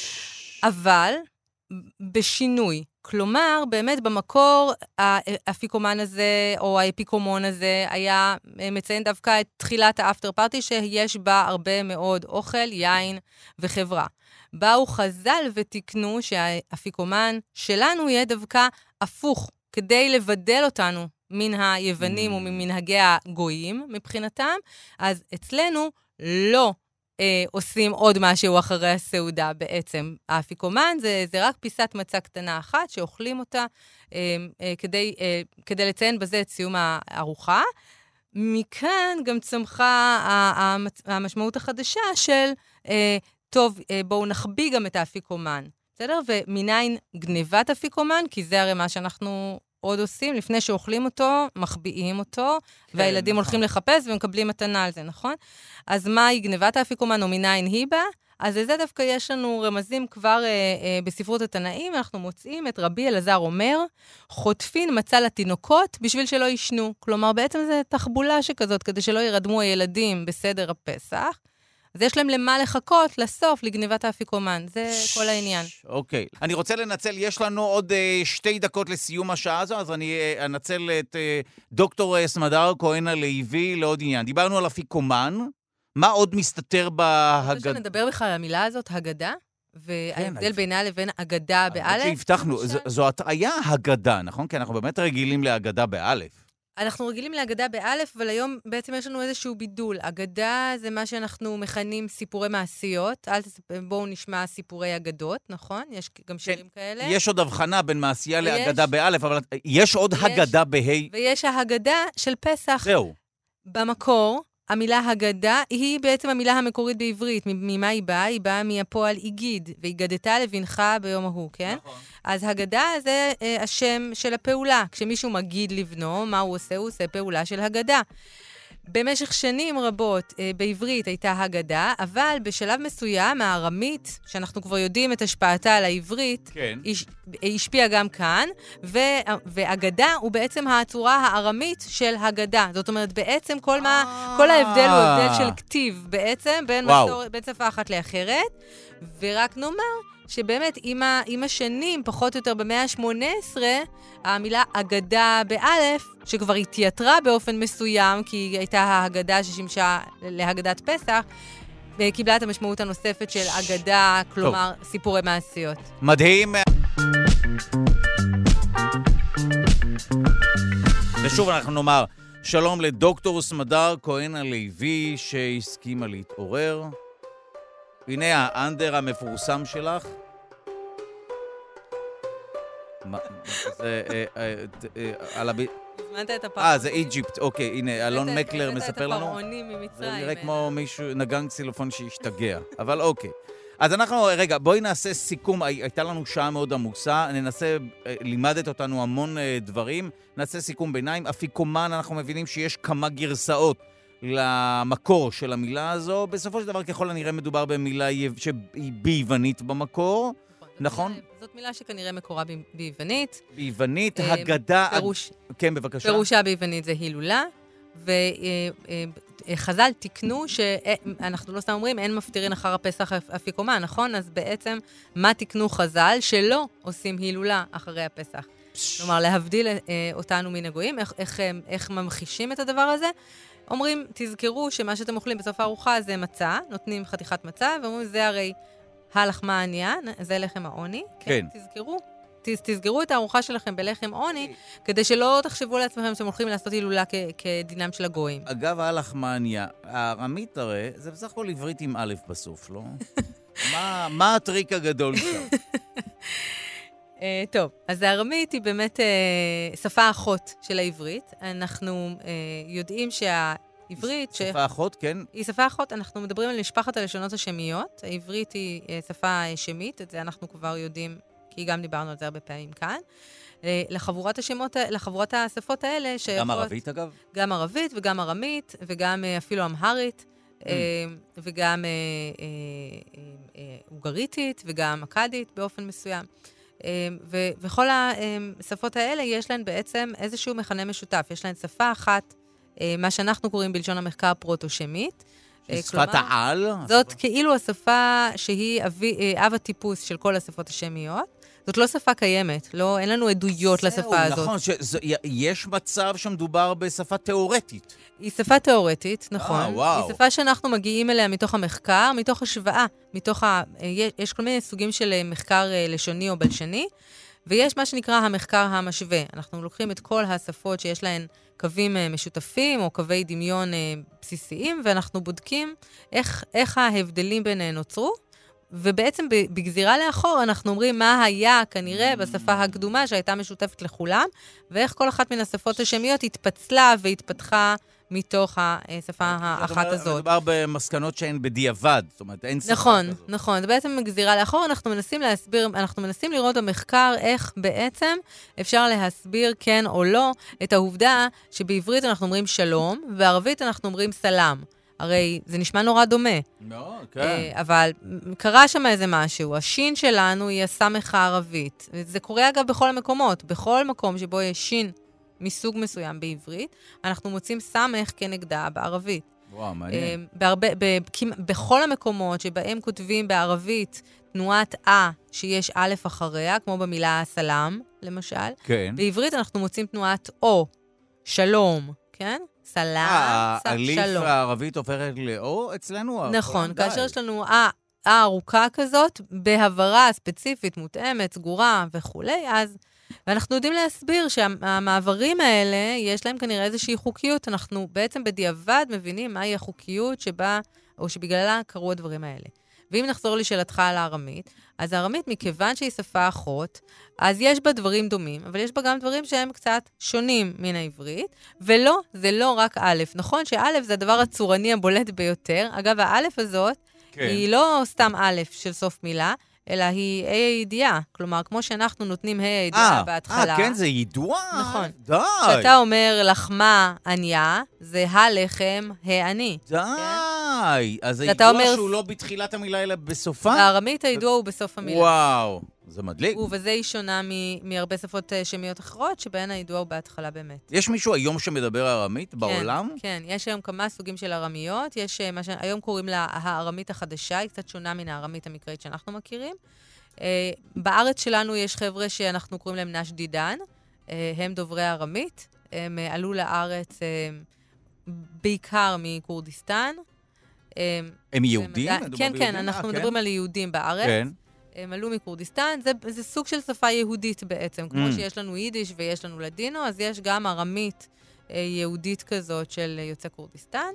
אבל בשינוי, כלומר, באמת במקור האפיקומן הזה, או האפיקומון הזה, היה מציין דווקא את תחילת האפטר פארטי, שיש בה הרבה מאוד אוכל, יין וחברה. באו חז"ל ותקנו שהאפיקומן שלנו יהיה דווקא הפוך, כדי לבדל אותנו מן היוונים mm. וממנהגי הגויים מבחינתם, אז אצלנו לא אה, עושים עוד משהו אחרי הסעודה בעצם. האפיקומן זה, זה רק פיסת מצה קטנה אחת שאוכלים אותה אה, אה, כדי, אה, כדי לציין בזה את סיום הארוחה. מכאן גם צמחה המשמעות החדשה של... אה, טוב, בואו נחביא גם את האפיקומן, בסדר? ומניין גניבת אפיקומן, כי זה הרי מה שאנחנו עוד עושים, לפני שאוכלים אותו, מחביאים אותו, כן, והילדים נכון. הולכים לחפש ומקבלים מתנה על זה, נכון? אז מהי גניבת האפיקומן או מניין היא בה? אז לזה דווקא יש לנו רמזים כבר אה, אה, בספרות התנאים, אנחנו מוצאים את רבי אלעזר אומר, חוטפין מצה לתינוקות בשביל שלא ישנו. כלומר, בעצם זה תחבולה שכזאת, כדי שלא ירדמו הילדים בסדר הפסח, אז יש להם למה לחכות לסוף לגניבת האפיקומן. זה כל העניין. אוקיי. אני רוצה לנצל, יש לנו עוד uh, שתי דקות לסיום השעה הזו, אז אני uh, אנצל את uh, דוקטור סמדר כהן הלוי לעוד עניין. דיברנו על אפיקומן, מה עוד מסתתר בהגדה? אני רוצה שנדבר בכלל על המילה הזאת, הגדה, וההבדל בינה לבין אגדה באלף. שהבטחנו, זו הטעיה הגדה, נכון? כי אנחנו באמת רגילים להגדה באלף. אנחנו רגילים להגדה באלף, אבל היום בעצם יש לנו איזשהו בידול. אגדה זה מה שאנחנו מכנים סיפורי מעשיות. אל תספר, בואו נשמע סיפורי אגדות, נכון? יש גם שירים כאלה. יש עוד הבחנה בין מעשייה לאגדה באלף, אבל יש עוד הגדה בה'. ויש ההגדה של פסח. זהו. במקור, המילה הגדה היא בעצם המילה המקורית בעברית. ממה היא באה? היא באה מהפועל איגיד, והיגדתה לבנך ביום ההוא, כן? נכון. אז הגדה זה אה, השם של הפעולה. כשמישהו מגיד לבנו, מה הוא עושה? הוא עושה פעולה של הגדה. במשך שנים רבות אה, בעברית הייתה הגדה, אבל בשלב מסוים הארמית, שאנחנו כבר יודעים את השפעתה על העברית, כן. הש, השפיעה גם כאן, ו, והגדה הוא בעצם הצורה הארמית של הגדה. זאת אומרת, בעצם כל, מה, כל ההבדל הוא הבדל של כתיב, בעצם בין, מסור, בין שפה אחת לאחרת, ורק נאמר, שבאמת עם, ה, עם השנים, פחות או יותר במאה ה-שמונה עשרה, המילה אגדה באלף, שכבר התייתרה באופן מסוים, כי היא הייתה ההגדה ששימשה להגדת פסח, קיבלה את המשמעות הנוספת של אגדה, כלומר טוב. סיפורי מעשיות. מדהים. ושוב אנחנו נאמר, שלום לדוקטור סמדר כהן הלוי, שהסכימה להתעורר. הנה האנדר המפורסם שלך. זה על הב... הזמנת את הפרעונים. אה, זה איג'יפט, אוקיי, הנה, אלון מקלר מספר לנו. הבאת את הפרעונים ממצרים. זה נראה כמו מישהו, נגן קסילופון שהשתגע, אבל אוקיי. אז אנחנו, רגע, בואי נעשה סיכום, הייתה לנו שעה מאוד עמוסה, ננסה, לימדת אותנו המון דברים, נעשה סיכום ביניים. אפיקומן, אנחנו מבינים שיש כמה גרסאות למקור של המילה הזו. בסופו של דבר, ככל הנראה, מדובר במילה שהיא ביוונית במקור, נכון? זאת מילה שכנראה מקורה ביוונית. ביוונית, הגדה... פירוש... כן, בבקשה. פירושה ביוונית זה הילולה, וחז"ל תיקנו שאנחנו לא סתם אומרים, אין מפטירין אחר הפסח אפיקומן, נכון? אז בעצם, מה תיקנו חז"ל? שלא עושים הילולה אחרי הפסח. כלומר, להבדיל אותנו מן הגויים, איך, איך, איך ממחישים את הדבר הזה? אומרים, תזכרו שמה שאתם אוכלים בסוף הארוחה זה מצה, נותנים חתיכת מצה, ואומרים, זה הרי הלחמה הענייה, זה לחם העוני. כן. כן. תזכרו, תז, תסגרו את הארוחה שלכם בלחם עוני, כדי שלא תחשבו לעצמכם שאתם הולכים לעשות הילולה כ, כדינם של הגויים. אגב, הלחמה הענייה, הארמית הרי, זה בסך הכל עברית עם א' בסוף, לא? מה, מה הטריק הגדול שם? Uh, טוב, אז הארמית היא באמת uh, שפה אחות של העברית. אנחנו uh, יודעים שהעברית... שפה ש... אחות, כן. היא שפה אחות, אנחנו מדברים על משפחת הלשונות השמיות. העברית היא uh, שפה שמית, את זה אנחנו כבר יודעים, כי גם דיברנו על זה הרבה פעמים כאן. Uh, לחבורת השמות, לחבורת השפות האלה... גם שיכות, ערבית אגב? גם ערבית וגם ארמית, וגם uh, אפילו אמהרית, mm. uh, וגם uh, uh, uh, אוגריתית, וגם אקדית באופן מסוים. ו- וכל השפות האלה יש להן בעצם איזשהו מכנה משותף. יש להן שפה אחת, מה שאנחנו קוראים בלשון המחקר פרוטו-שמית. שפת העל? זאת כאילו השפה שהיא אבי, אב הטיפוס של כל השפות השמיות. זאת לא שפה קיימת, לא, אין לנו עדויות לשפה הזאת. נכון, שיש מצב שמדובר בשפה תיאורטית. היא שפה תיאורטית, נכון. אה, וואו. היא שפה שאנחנו מגיעים אליה מתוך המחקר, מתוך השוואה, מתוך ה... יש כל מיני סוגים של מחקר לשוני או בלשני, ויש מה שנקרא המחקר המשווה. אנחנו לוקחים את כל השפות שיש להן קווים משותפים או קווי דמיון בסיסיים, ואנחנו בודקים איך, איך ההבדלים ביניהם נוצרו, ובעצם בגזירה לאחור אנחנו אומרים מה היה כנראה בשפה הקדומה שהייתה משותפת לכולם, ואיך כל אחת מן השפות השמיות התפצלה והתפתחה מתוך השפה האחת הזאת. מדובר במסקנות שהן בדיעבד, זאת אומרת, אין שפה נכון, כזאת. נכון, זה בעצם גזירה לאחור, אנחנו מנסים להסביר, אנחנו מנסים לראות במחקר איך בעצם אפשר להסביר כן או לא את העובדה שבעברית אנחנו אומרים שלום, בערבית אנחנו אומרים סלאם. הרי זה נשמע נורא דומה. לא, כן. אבל קרה שם איזה משהו. השין שלנו היא הסמך הערבית. זה קורה אגב בכל המקומות. בכל מקום שבו יש שין מסוג מסוים בעברית, אנחנו מוצאים סמך כנגדה בערבית. וואו, מעניין. בהרבה, בכל המקומות שבהם כותבים בערבית תנועת אה, שיש א' אחריה, כמו במילה סלאם, למשל. כן. בעברית אנחנו מוצאים תנועת או, שלום, כן? סלאם, האליף הערבית הופכת לאו אצלנו? נכון, כאשר יש לנו אה, אה ארוכה כזאת, בהברה ספציפית, מותאמת, סגורה וכו', אז... ואנחנו יודעים להסביר שהמעברים האלה, יש להם כנראה איזושהי חוקיות, אנחנו בעצם בדיעבד מבינים מהי החוקיות שבה, או שבגללה קרו הדברים האלה. ואם נחזור לשאלתך על הארמית, אז הארמית, מכיוון שהיא שפה אחות, אז יש בה דברים דומים, אבל יש בה גם דברים שהם קצת שונים מן העברית, ולא, זה לא רק א'. נכון שא' זה הדבר הצורני הבולט ביותר, אגב, האלף הזאת, כן. היא לא סתם א' של סוף מילה, אלא היא ה' הידיעה. כלומר, כמו שאנחנו נותנים ה' הידיעה בהתחלה. אה, כן, זה ידוע? נכון. די. כשאתה אומר לחמה עניה, זה הלחם העני. די. אז הידוע אומר... שהוא לא בתחילת המילה, אלא בסופה? בארמית הידוע הוא בסוף המילה. וואו, זה מדליק. ובזה היא שונה מ- מהרבה שפות שמיות אחרות, שבהן הידוע הוא בהתחלה באמת. יש מישהו היום שמדבר ארמית כן, בעולם? כן, יש היום כמה סוגים של ארמיות. יש מה שהיום קוראים לה הארמית החדשה, היא קצת שונה מן הארמית המקראית שאנחנו מכירים. בארץ שלנו יש חבר'ה שאנחנו קוראים להם נשדידן, הם דוברי ארמית, הם עלו לארץ בעיקר מקורדיסטן. הם יהודים? כן, כן, אנחנו מדברים על יהודים בארץ. כן. הם עלו מקורדיסטן, זה, זה סוג של שפה יהודית בעצם. כמו mm. שיש לנו יידיש ויש לנו לדינו, אז יש גם ארמית יהודית כזאת של יוצאי קורדיסטן.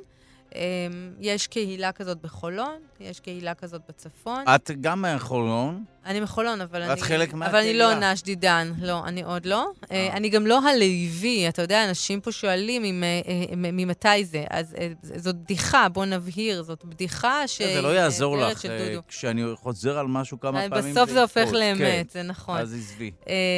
יש קהילה כזאת בחולון, יש קהילה כזאת בצפון. את גם מחולון? אני מחולון, אבל את אני... חלק מהקהילה. אבל אני לא נשדידן, לא, אני עוד לא. אה. אני גם לא הלוי, אתה יודע, אנשים פה שואלים ממתי זה. אז זאת בדיחה, בוא נבהיר, זאת בדיחה ש... זה לא יעזור לך, כשאני חוזר על משהו כמה פעמים... בסוף זה הופך לאמת, זה נכון. אז עזבי.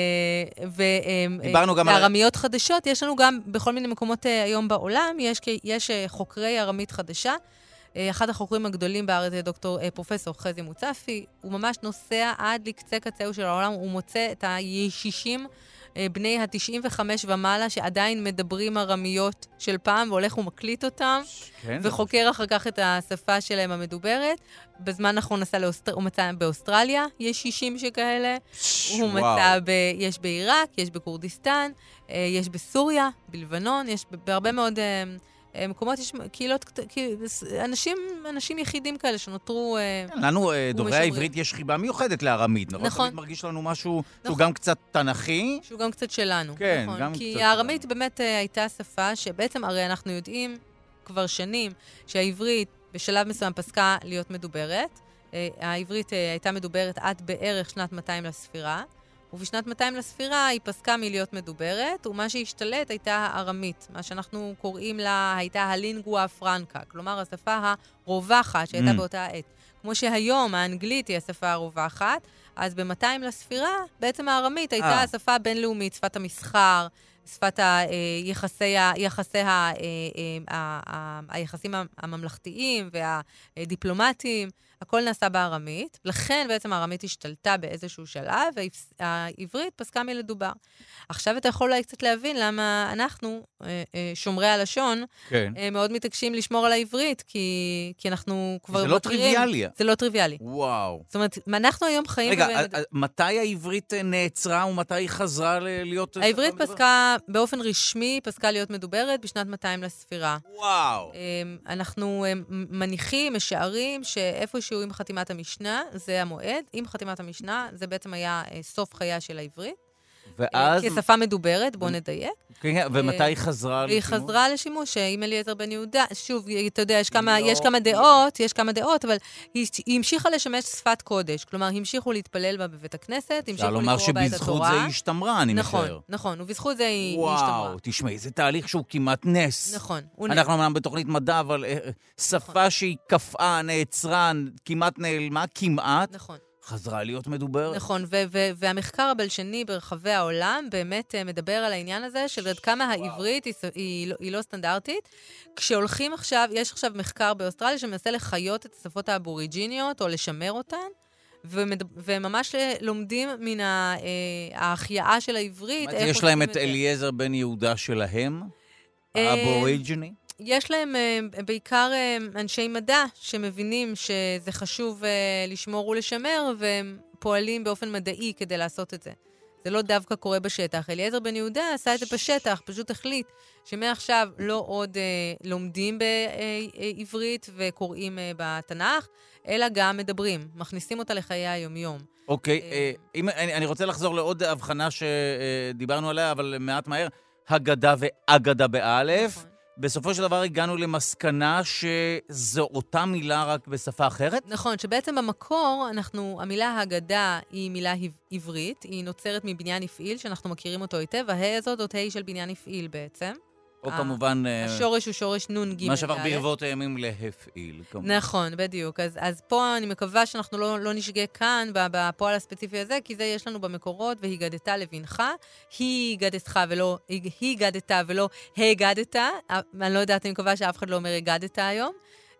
וארמיות חדשות, יש לנו גם בכל מיני מקומות היום בעולם, יש חוקרי ארמית חדשה, אחד החוקרים הגדולים בארץ, דוקטור פרופסור חזי מוצפי, הוא ממש נוסע עד לקצה קצהו של העולם, הוא מוצא את הישישים בני ה-תשעים וחמש ומעלה, שעדיין מדברים ארמיות של פעם, והולך ומקליט אותם, כן, וחוקר אחר כך את השפה שלהם המדוברת. בזמן האחרון נסע לאוסטר... הוא מצא באוסטרליה, יש שישים שכאלה, ש... הוא וואו. מצא, ב... יש בעיראק, יש בקורדיסטן, יש בסוריה, בלבנון, יש בהרבה מאוד... מקומות, יש קהילות, אנשים, אנשים יחידים כאלה שנותרו... לנו, דוברי העברית, יש חיבה מיוחדת לארמית, נכון? נכון. תמיד מרגיש לנו משהו שהוא גם קצת תנכי. שהוא גם קצת שלנו. כן, גם קצת. כי הארמית באמת הייתה שפה שבעצם הרי אנחנו יודעים כבר שנים שהעברית בשלב מסוים פסקה להיות מדוברת. העברית הייתה מדוברת עד בערך שנת מאתיים לספירה. ובשנת מאתיים לספירה היא פסקה מלהיות מדוברת, ומה שהשתלט הייתה הארמית, מה שאנחנו קוראים לה הייתה הלינגואה פרנקה, כלומר השפה הרווחת שהייתה mm. באותה עת. כמו שהיום האנגלית היא השפה הרווחת, אז ב-מאתיים לספירה בעצם הארמית הייתה ah. השפה הבינלאומית, שפת המסחר, שפת היחסי, יחסי ה, היחסים הממלכתיים והדיפלומטיים, הכל נעשה בארמית, לכן בעצם הארמית השתלטה באיזשהו שלב, והעברית פסקה מלדובר. עכשיו אתה יכול אולי קצת להבין למה אנחנו, שומרי הלשון, כן. מאוד מתעקשים לשמור על העברית, כי, כי אנחנו כבר... זה לא טריוויאלי. זה לא טריוויאלי. וואו. זאת אומרת, אנחנו היום חיים... רגע, ובנד... מתי העברית נעצרה ומתי היא חזרה להיות... העברית פסקה, באופן רשמי, פסקה להיות מדוברת בשנת מאתיים לספירה. וואו. אנחנו מניחים, משערים, שאיפשהו עם חתימת המשנה, זה המועד. עם חתימת המשנה, זה בעצם היה סוף חייה של העברית. ואז... כשפה מדוברת, בוא נדייק. כן, ומתי היא חזרה לשימוש? היא חזרה לשימוש, עם אליעזר בן יהודה. שוב, אתה יודע, יש כמה, יש כמה דעות, יש כמה דעות, אבל היא המשיכה לשמש שפת קודש. כלומר, המשיכו להתפלל בה בבית הכנסת, המשיכו לקרוא בה את התורה. אפשר לומר שבזכות זה היא השתמרה, אני נכון, משער. נכון, ובזכות זה היא השתמרה. וואו, תשמעי, זה תהליך שהוא כמעט נס. נכון. אנחנו אמנם בתוכנית מדע, אבל שפה שהיא קפאה, נעצרה, כמעט נעלמה, כמעט. נכון. חזרה להיות מדוברת. נכון, ו- ו- והמחקר הבלשני ברחבי העולם באמת uh, מדבר על העניין הזה, של עד כמה העברית היא, היא, לא, היא לא סטנדרטית. כשהולכים עכשיו, יש עכשיו מחקר באוסטרליה שמנסה לחיות את השפות האבוריג'יניות, או לשמר אותן, ומד... וממש לומדים מן ה... ההחייאה של העברית. יש להם את אליעזר בן יהודה שלהם? האבוריג'יני? יש להם בעיקר אנשי מדע שמבינים שזה חשוב לשמור ולשמר, והם פועלים באופן מדעי כדי לעשות את זה. זה לא דווקא קורה בשטח. אליעזר בן יהודה עשה את זה בשטח, פשוט החליט שמעכשיו לא עוד אה, לומדים בעברית וקוראים אה, בתנ"ך, אלא גם מדברים, מכניסים אותה לחיי היומיום. אוקיי, אה, אם, אני, אני רוצה לחזור לעוד הבחנה שדיברנו עליה, אבל מעט מהר, הגדה ואגדה באלף. נכון. בסופו של דבר הגענו למסקנה שזו אותה מילה רק בשפה אחרת? נכון, שבעצם במקור אנחנו, המילה הגדה היא מילה עברית, היא נוצרת מבניין הפעיל, שאנחנו מכירים אותו היטב, והה הזאת זאת ה' של בניין הפעיל בעצם. או כמובן... השורש הוא שורש נון ג' מה שעבר ברבות הימים להפעיל. נכון, בדיוק. אז, אז פה אני מקווה שאנחנו לא, לא נשגע כאן בפועל הספציפי הזה, כי זה יש לנו במקורות, והיגדתה לבנך, היא היגדתך ולא, היא היגדתה ולא הגדת. אני לא יודעת, אני מקווה שאף אחד לא אומר הגדתה היום.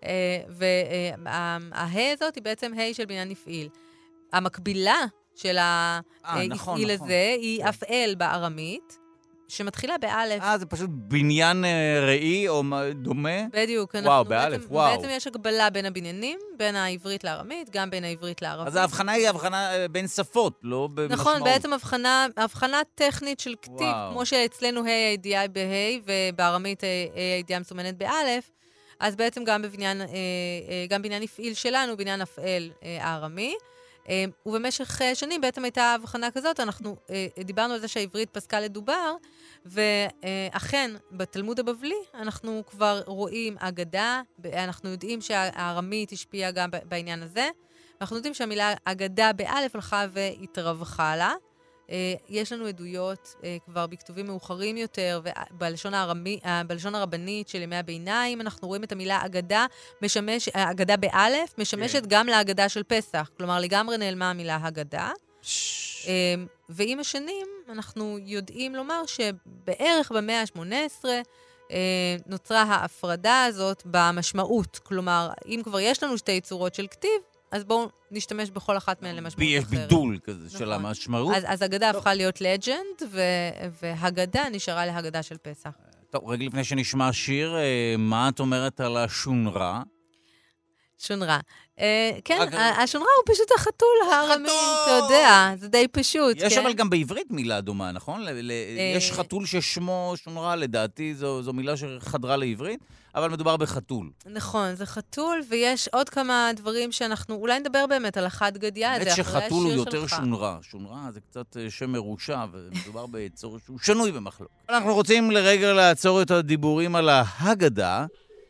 והה הזאת היא בעצם ה' של בניין הפעיל. המקבילה של ההפעיל הזה היא אפעל בארמית, שמתחילה באלף. אה, זה פשוט בניין ראי או דומה? בדיוק. וואו, באלף, וואו. בעצם יש הגבלה בין הבניינים, בין העברית לארמית, גם בין העברית לערבית. אז ההבחנה היא הבחנה בין שפות, לא במשמעות. נכון, בעצם הבחנה, הבחנה טכנית של כתיב, וואו. כמו שאצלנו ה' הידיעה בה' ובארמית ה' הידיעה מסומנת באלף, אז בעצם גם בבניין, גם בניין הפעיל שלנו, בניין הפעל הארמי, ובמשך שנים בעצם הייתה הבחנה כזאת, אנחנו דיברנו על זה שהעברית פסקה לדובר, ואכן בתלמוד הבבלי אנחנו כבר רואים אגדה, אנחנו יודעים שהארמית השפיעה גם בעניין הזה, ואנחנו יודעים שהמילה אגדה באלף הלכה והתרווחה לה. יש לנו עדויות כבר בכתובים מאוחרים יותר, ובלשון הרמי, בלשון הרבנית של ימי הביניים, אנחנו רואים את המילה אגדה, משמש, אגדה באלף, משמשת גם להגדה של פסח. כלומר, לגמרי נעלמה המילה הגדה. ועם השנים, אנחנו יודעים לומר שבערך במאה ה-שמונה עשרה, נוצרה ההפרדה הזאת במשמעות. כלומר, אם כבר יש לנו שתי צורות של כתיב, אז בואו נשתמש בכל אחת מהן למשמעות אחרת. יש בידול כזה נכון. של המשמעות. אז, אז הגדה הפכה להיות לג'נד, והגדה נשארה להגדה של פסח. טוב, רגע לפני שנשמע שיר, מה את אומרת על השונרה? שונרה. כן, השונרה הוא פשוט החתול הארמי, אתה יודע, זה די פשוט. יש אבל גם בעברית מילה דומה, נכון? יש חתול ששמו שונרה, לדעתי זו מילה שחדרה לעברית, אבל מדובר בחתול. נכון, זה חתול, ויש עוד כמה דברים שאנחנו, אולי נדבר באמת על החד גדיה, זה אחרי השיר שלך. באמת שחתול הוא יותר שונרה. שונרה זה קצת שם מרושע, ומדובר ביצור שהוא שנוי במחלוק. אנחנו רוצים לרגע לעצור את הדיבורים על ההגדה,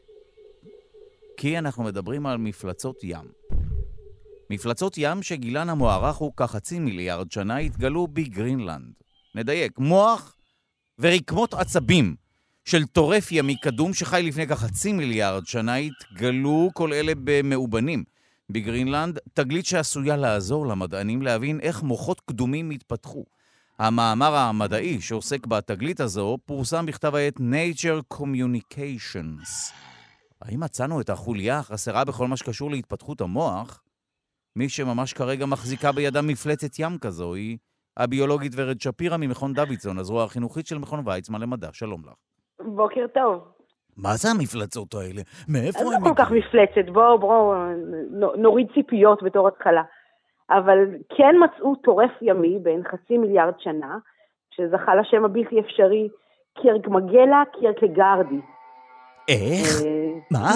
כי אנחנו מדברים על מפלצות ים. מפלצות ים שגילן המוערך הוא כחצי מיליארד שנה התגלו בגרינלנד. נדייק, מוח ורקמות עצבים של טורף ימי קדום שחי לפני כחצי מיליארד שנה התגלו כל אלה במאובנים. בגרינלנד תגלית שעשויה לעזור למדענים להבין איך מוחות קדומים התפתחו. המאמר המדעי שעוסק בתגלית הזו פורסם בכתב העת Nature Communications. האם מצאנו את החוליה החסרה בכל מה שקשור להתפתחות המוח? מי שממש כרגע מחזיקה בידה מפלצת ים כזו היא הביולוגית ורד שפירא ממכון דוידסון, הזרוע החינוכית של מכון ויצמן למדע. שלום לך. בוקר טוב. מה זה המפלצות האלה? מאיפה הם... לא כל כך מפלצת, בואו בואו נוריד ציפיות בתור התחלה. אבל כן מצאו טורף ימי בין חצי מיליארד שנה, שזכה לשם הבלתי אפשרי קירקמגלה קירקגרדי. איך? מה?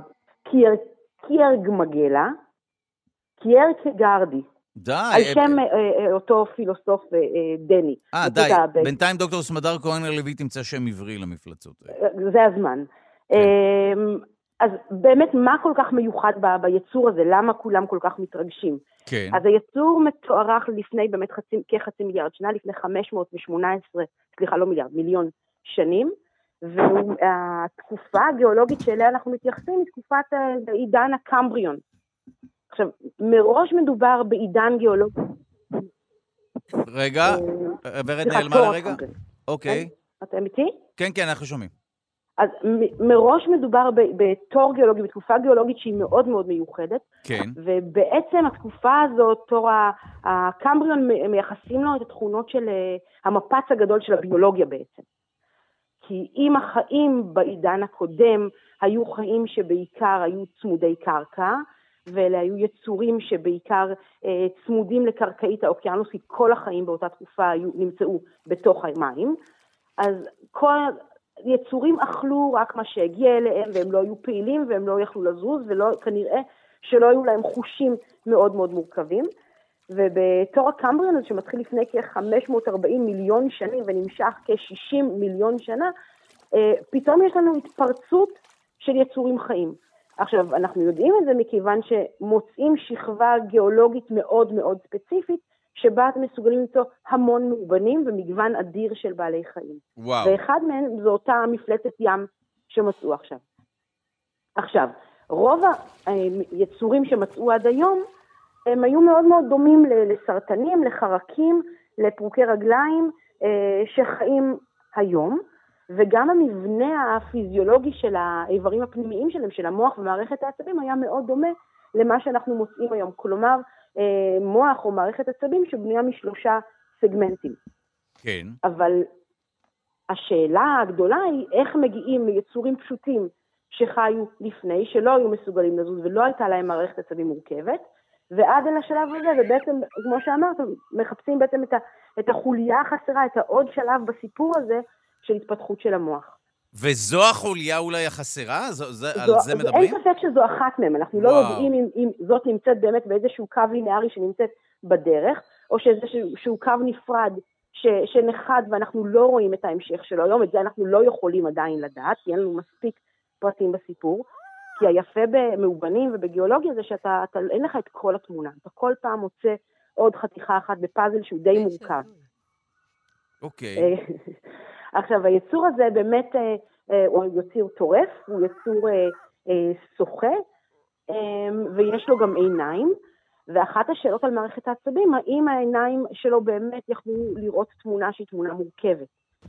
קירקמגלה קירקגרדי. די. על שם אותו פילוסוף דני. אה, די. בינתיים דוקטור סמדר כהן לוי תמצא שם עברי למפלצות. זה הזמן. אז באמת מה כל כך מיוחד ביצור הזה? למה כולם כל כך מתרגשים? כן. אז היצור מתוארך לפני באמת כחצי מיליארד שנה, לפני חמש מאות ושמונה עשרה, סליחה, לא מיליארד, מיליון שנים. והתקופה הגיאולוגית שאליה אנחנו מתייחסים היא תקופת עידן הקמבריון. עכשיו, מראש מדובר בעידן גיאולוגי. רגע, ורד נעלמה לרגע? אוקיי. אתם איתי? כן, כן, אנחנו שומעים. אז מראש מדובר בתור גיאולוגי, בתקופה גיאולוגית שהיא מאוד מאוד מיוחדת. כן. ובעצם התקופה הזאת, תור הקמבריון מייחסים לו את התכונות של המפץ הגדול של הביולוגיה בעצם. כי אם החיים בעידן הקודם היו חיים שבעיקר היו צמודי קרקע, ואלה היו יצורים שבעיקר אה, צמודים לקרקעית האוקיינוסית, כל החיים באותה תקופה היו, נמצאו בתוך המים, אז כל יצורים אכלו רק מה שהגיע אליהם, והם לא היו פעילים, והם לא יכלו לזוז, וכנראה שלא היו להם חושים מאוד מאוד מורכבים, ובתור הקמבריון הזה שמתחיל לפני כ-חמש מאות וארבעים מיליון שנים, ונמשך כ-שישים מיליון שנה, אה, פתאום יש לנו התפרצות של יצורים חיים. עכשיו, אנחנו יודעים את זה מכיוון שמוצאים שכבה גיאולוגית מאוד מאוד ספציפית, שבה אתם מסוגלים למצוא המון מאובנים ומגוון אדיר של בעלי חיים. וואו. ואחד מהם זו אותה מפלצת ים שמצאו עכשיו. עכשיו, רוב היצורים שמצאו עד היום, הם היו מאוד מאוד דומים לסרטנים, לחרקים, לפרוקי רגליים, שחיים היום, וגם המבנה הפיזיולוגי של האיברים הפנימיים שלהם, של המוח ומערכת העצבים, היה מאוד דומה למה שאנחנו מוצאים היום. כלומר, מוח או מערכת עצבים שבנויה משלושה סגמנטים. כן. אבל השאלה הגדולה היא איך מגיעים ליצורים פשוטים שחיו לפני, שלא היו מסוגלים לזוז ולא הייתה להם מערכת עצבים מורכבת, ועד אל השלב הזה, ובעצם, כמו שאמרת, מחפשים בעצם את, ה, את החוליה החסרה, את העוד שלב בסיפור הזה של התפתחות של המוח. וזו החוליה אולי החסרה? זו, זה, זו, על זה מדברים? אין ספק שזו אחת מהם, אנחנו וואו. לא יודעים אם, אם זאת נמצאת באמת באיזשהו קו לינארי שנמצאת בדרך, או שאיזשהו קו נפרד ש, שנחד ואנחנו לא רואים את ההמשך שלו. היום את זה אנחנו לא יכולים עדיין לדעת, כי אין לנו מספיק פרטים בסיפור, כי היפה במאובנים ובגיאולוגיה זה שאתה, אתה, אין לך את כל התמונה, אתה כל פעם מוצא עוד חתיכה אחת בפאזל שהוא די מורכב. אוקיי. עכשיו, היצור הזה באמת הוא יצור טורף, הוא יצור שוחה, ויש לו גם עיניים, ואחת השאלות על מערכת העצבים, האם העיניים שלו באמת יכלו לראות תמונה שהיא תמונה מורכבת.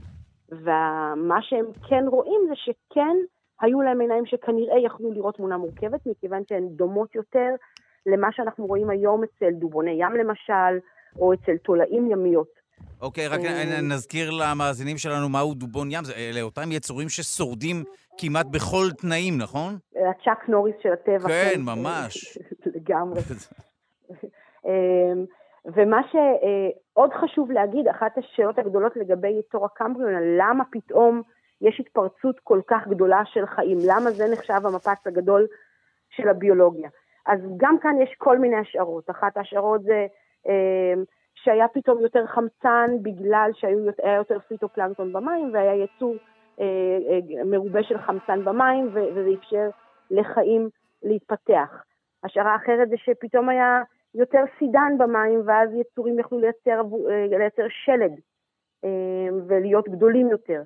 ומה שהם כן רואים זה שכן היו להם עיניים שכנראה יכלו לראות תמונה מורכבת, מכיוון שהן דומות יותר למה שאנחנו רואים היום אצל דובוני ים למשל, או אצל תולעים ימיות. אוקיי, רק נזכיר למאזינים שלנו מהו דובון ים. אלה אותם יצורים ששורדים כמעט בכל תנאים, נכון? הצ'אק נוריס של הטבע. כן, ממש. לגמרי. ומה שעוד חשוב להגיד, אחת השאלות הגדולות לגבי תור הקמבריון, למה פתאום יש התפרצות כל כך גדולה של חיים, למה זה נחשב המפץ הגדול של הביולוגיה. אז גם כאן יש כל מיני השערות. אחת השערות זה שהיה פתאום יותר חמצן בגלל שהיה יותר פיטופלנקטון במים, והיה יצור מרובה של חמצן במים, וזה אפשר לחיים להתפתח. השערה אחרת זה שפתאום היה יותר סידן במים, ואז יצורים יכלו לייצר, לייצר שלד ולהיות גדולים יותר.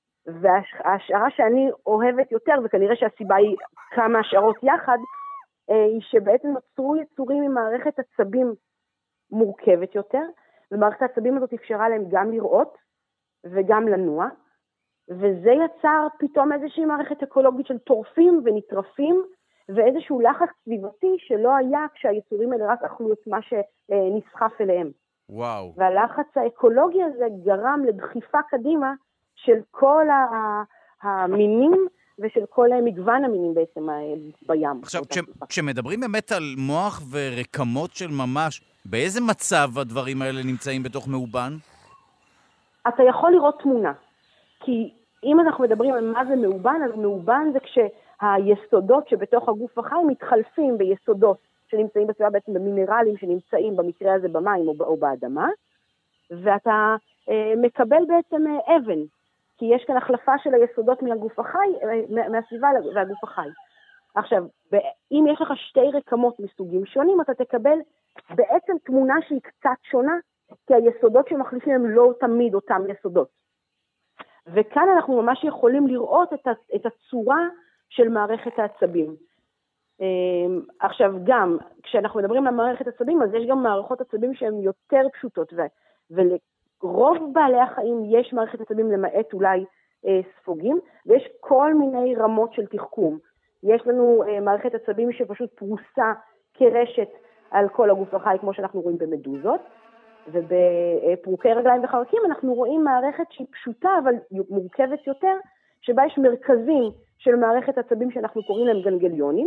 והשערה שאני אוהבת יותר, וכנראה שהסיבה היא כמה השערות יחד, היא שבעצם נוצרו יצורים עם מערכת עצבים מורכבת יותר, ומערכת העצבים הזאת אפשרה להם גם לראות וגם לנוע, וזה יצר פתאום איזושהי מערכת אקולוגית של טורפים ונטרפים, ואיזשהו לחץ סביבתי שלא היה כשהיצורים האלה רק אכלו את מה שנסחף אליהם. וואו. והלחץ האקולוגי הזה גרם לדחיפה קדימה של כל המינים ושל כל מגוון המינים בעצם בים. עכשיו, כש, כשמדברים באמת על מוח ורקמות של ממש, באיזה מצב הדברים האלה נמצאים בתוך מאובן? אתה יכול לראות תמונה. כי אם אנחנו מדברים על מה זה מאובן, אז מאובן זה כשהיסודות שבתוך הגוף החי מתחלפים ביסודות שנמצאים בסביבה בעצם במינרלים שנמצאים במקרה הזה במים או, או באדמה, ואתה אה, מקבל בעצם אה, אבן. כי יש כאן החלפה של היסודות מהגוף החי, מהסביבה והגוף החי. עכשיו, אם יש לך שתי רקמות מסוגים שונים, אתה תקבל בעצם תמונה שהיא קצת שונה, כי היסודות שמחליפים הם לא תמיד אותם יסודות. וכאן אנחנו ממש יכולים לראות את הצורה של מערכת העצבים. עכשיו, גם כשאנחנו מדברים על מערכת עצבים, אז יש גם מערכות עצבים שהן יותר פשוטות, ול... רוב בעלי החיים יש מערכת עצבים למעט אולי אה, ספוגים, ויש כל מיני רמות של תחכום. יש לנו אה, מערכת עצבים שפשוט פרוסה כרשת על כל הגוף החי, כמו שאנחנו רואים במדוזות, ובפרוקי רגליים וחרקים אנחנו רואים מערכת שהיא פשוטה אבל מורכבת יותר, שבה יש מרכזים של מערכת עצבים שאנחנו קוראים להם גנגליונים,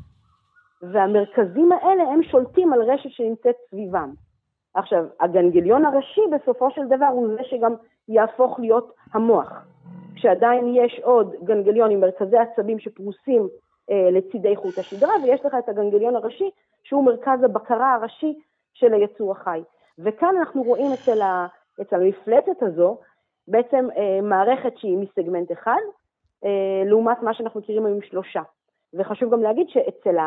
והמרכזים האלה הם שולטים על רשת שנמצאת סביבם. עכשיו, הגנגליון הראשי בסופו של דבר הוא זה שגם יהפוך להיות המוח. כשעדיין יש עוד גנגליון עם מרכזי עצבים שפרוסים אה, לצידי חוט השדרה, ויש לך את הגנגליון הראשי שהוא מרכז הבקרה הראשי של היצור החי. וכאן אנחנו רואים אצל, ה, אצל המפלצת הזו בעצם אה, מערכת שהיא מסגמנט אחד, אה, לעומת מה שאנחנו מכירים היום שלושה. וחשוב גם להגיד שאצל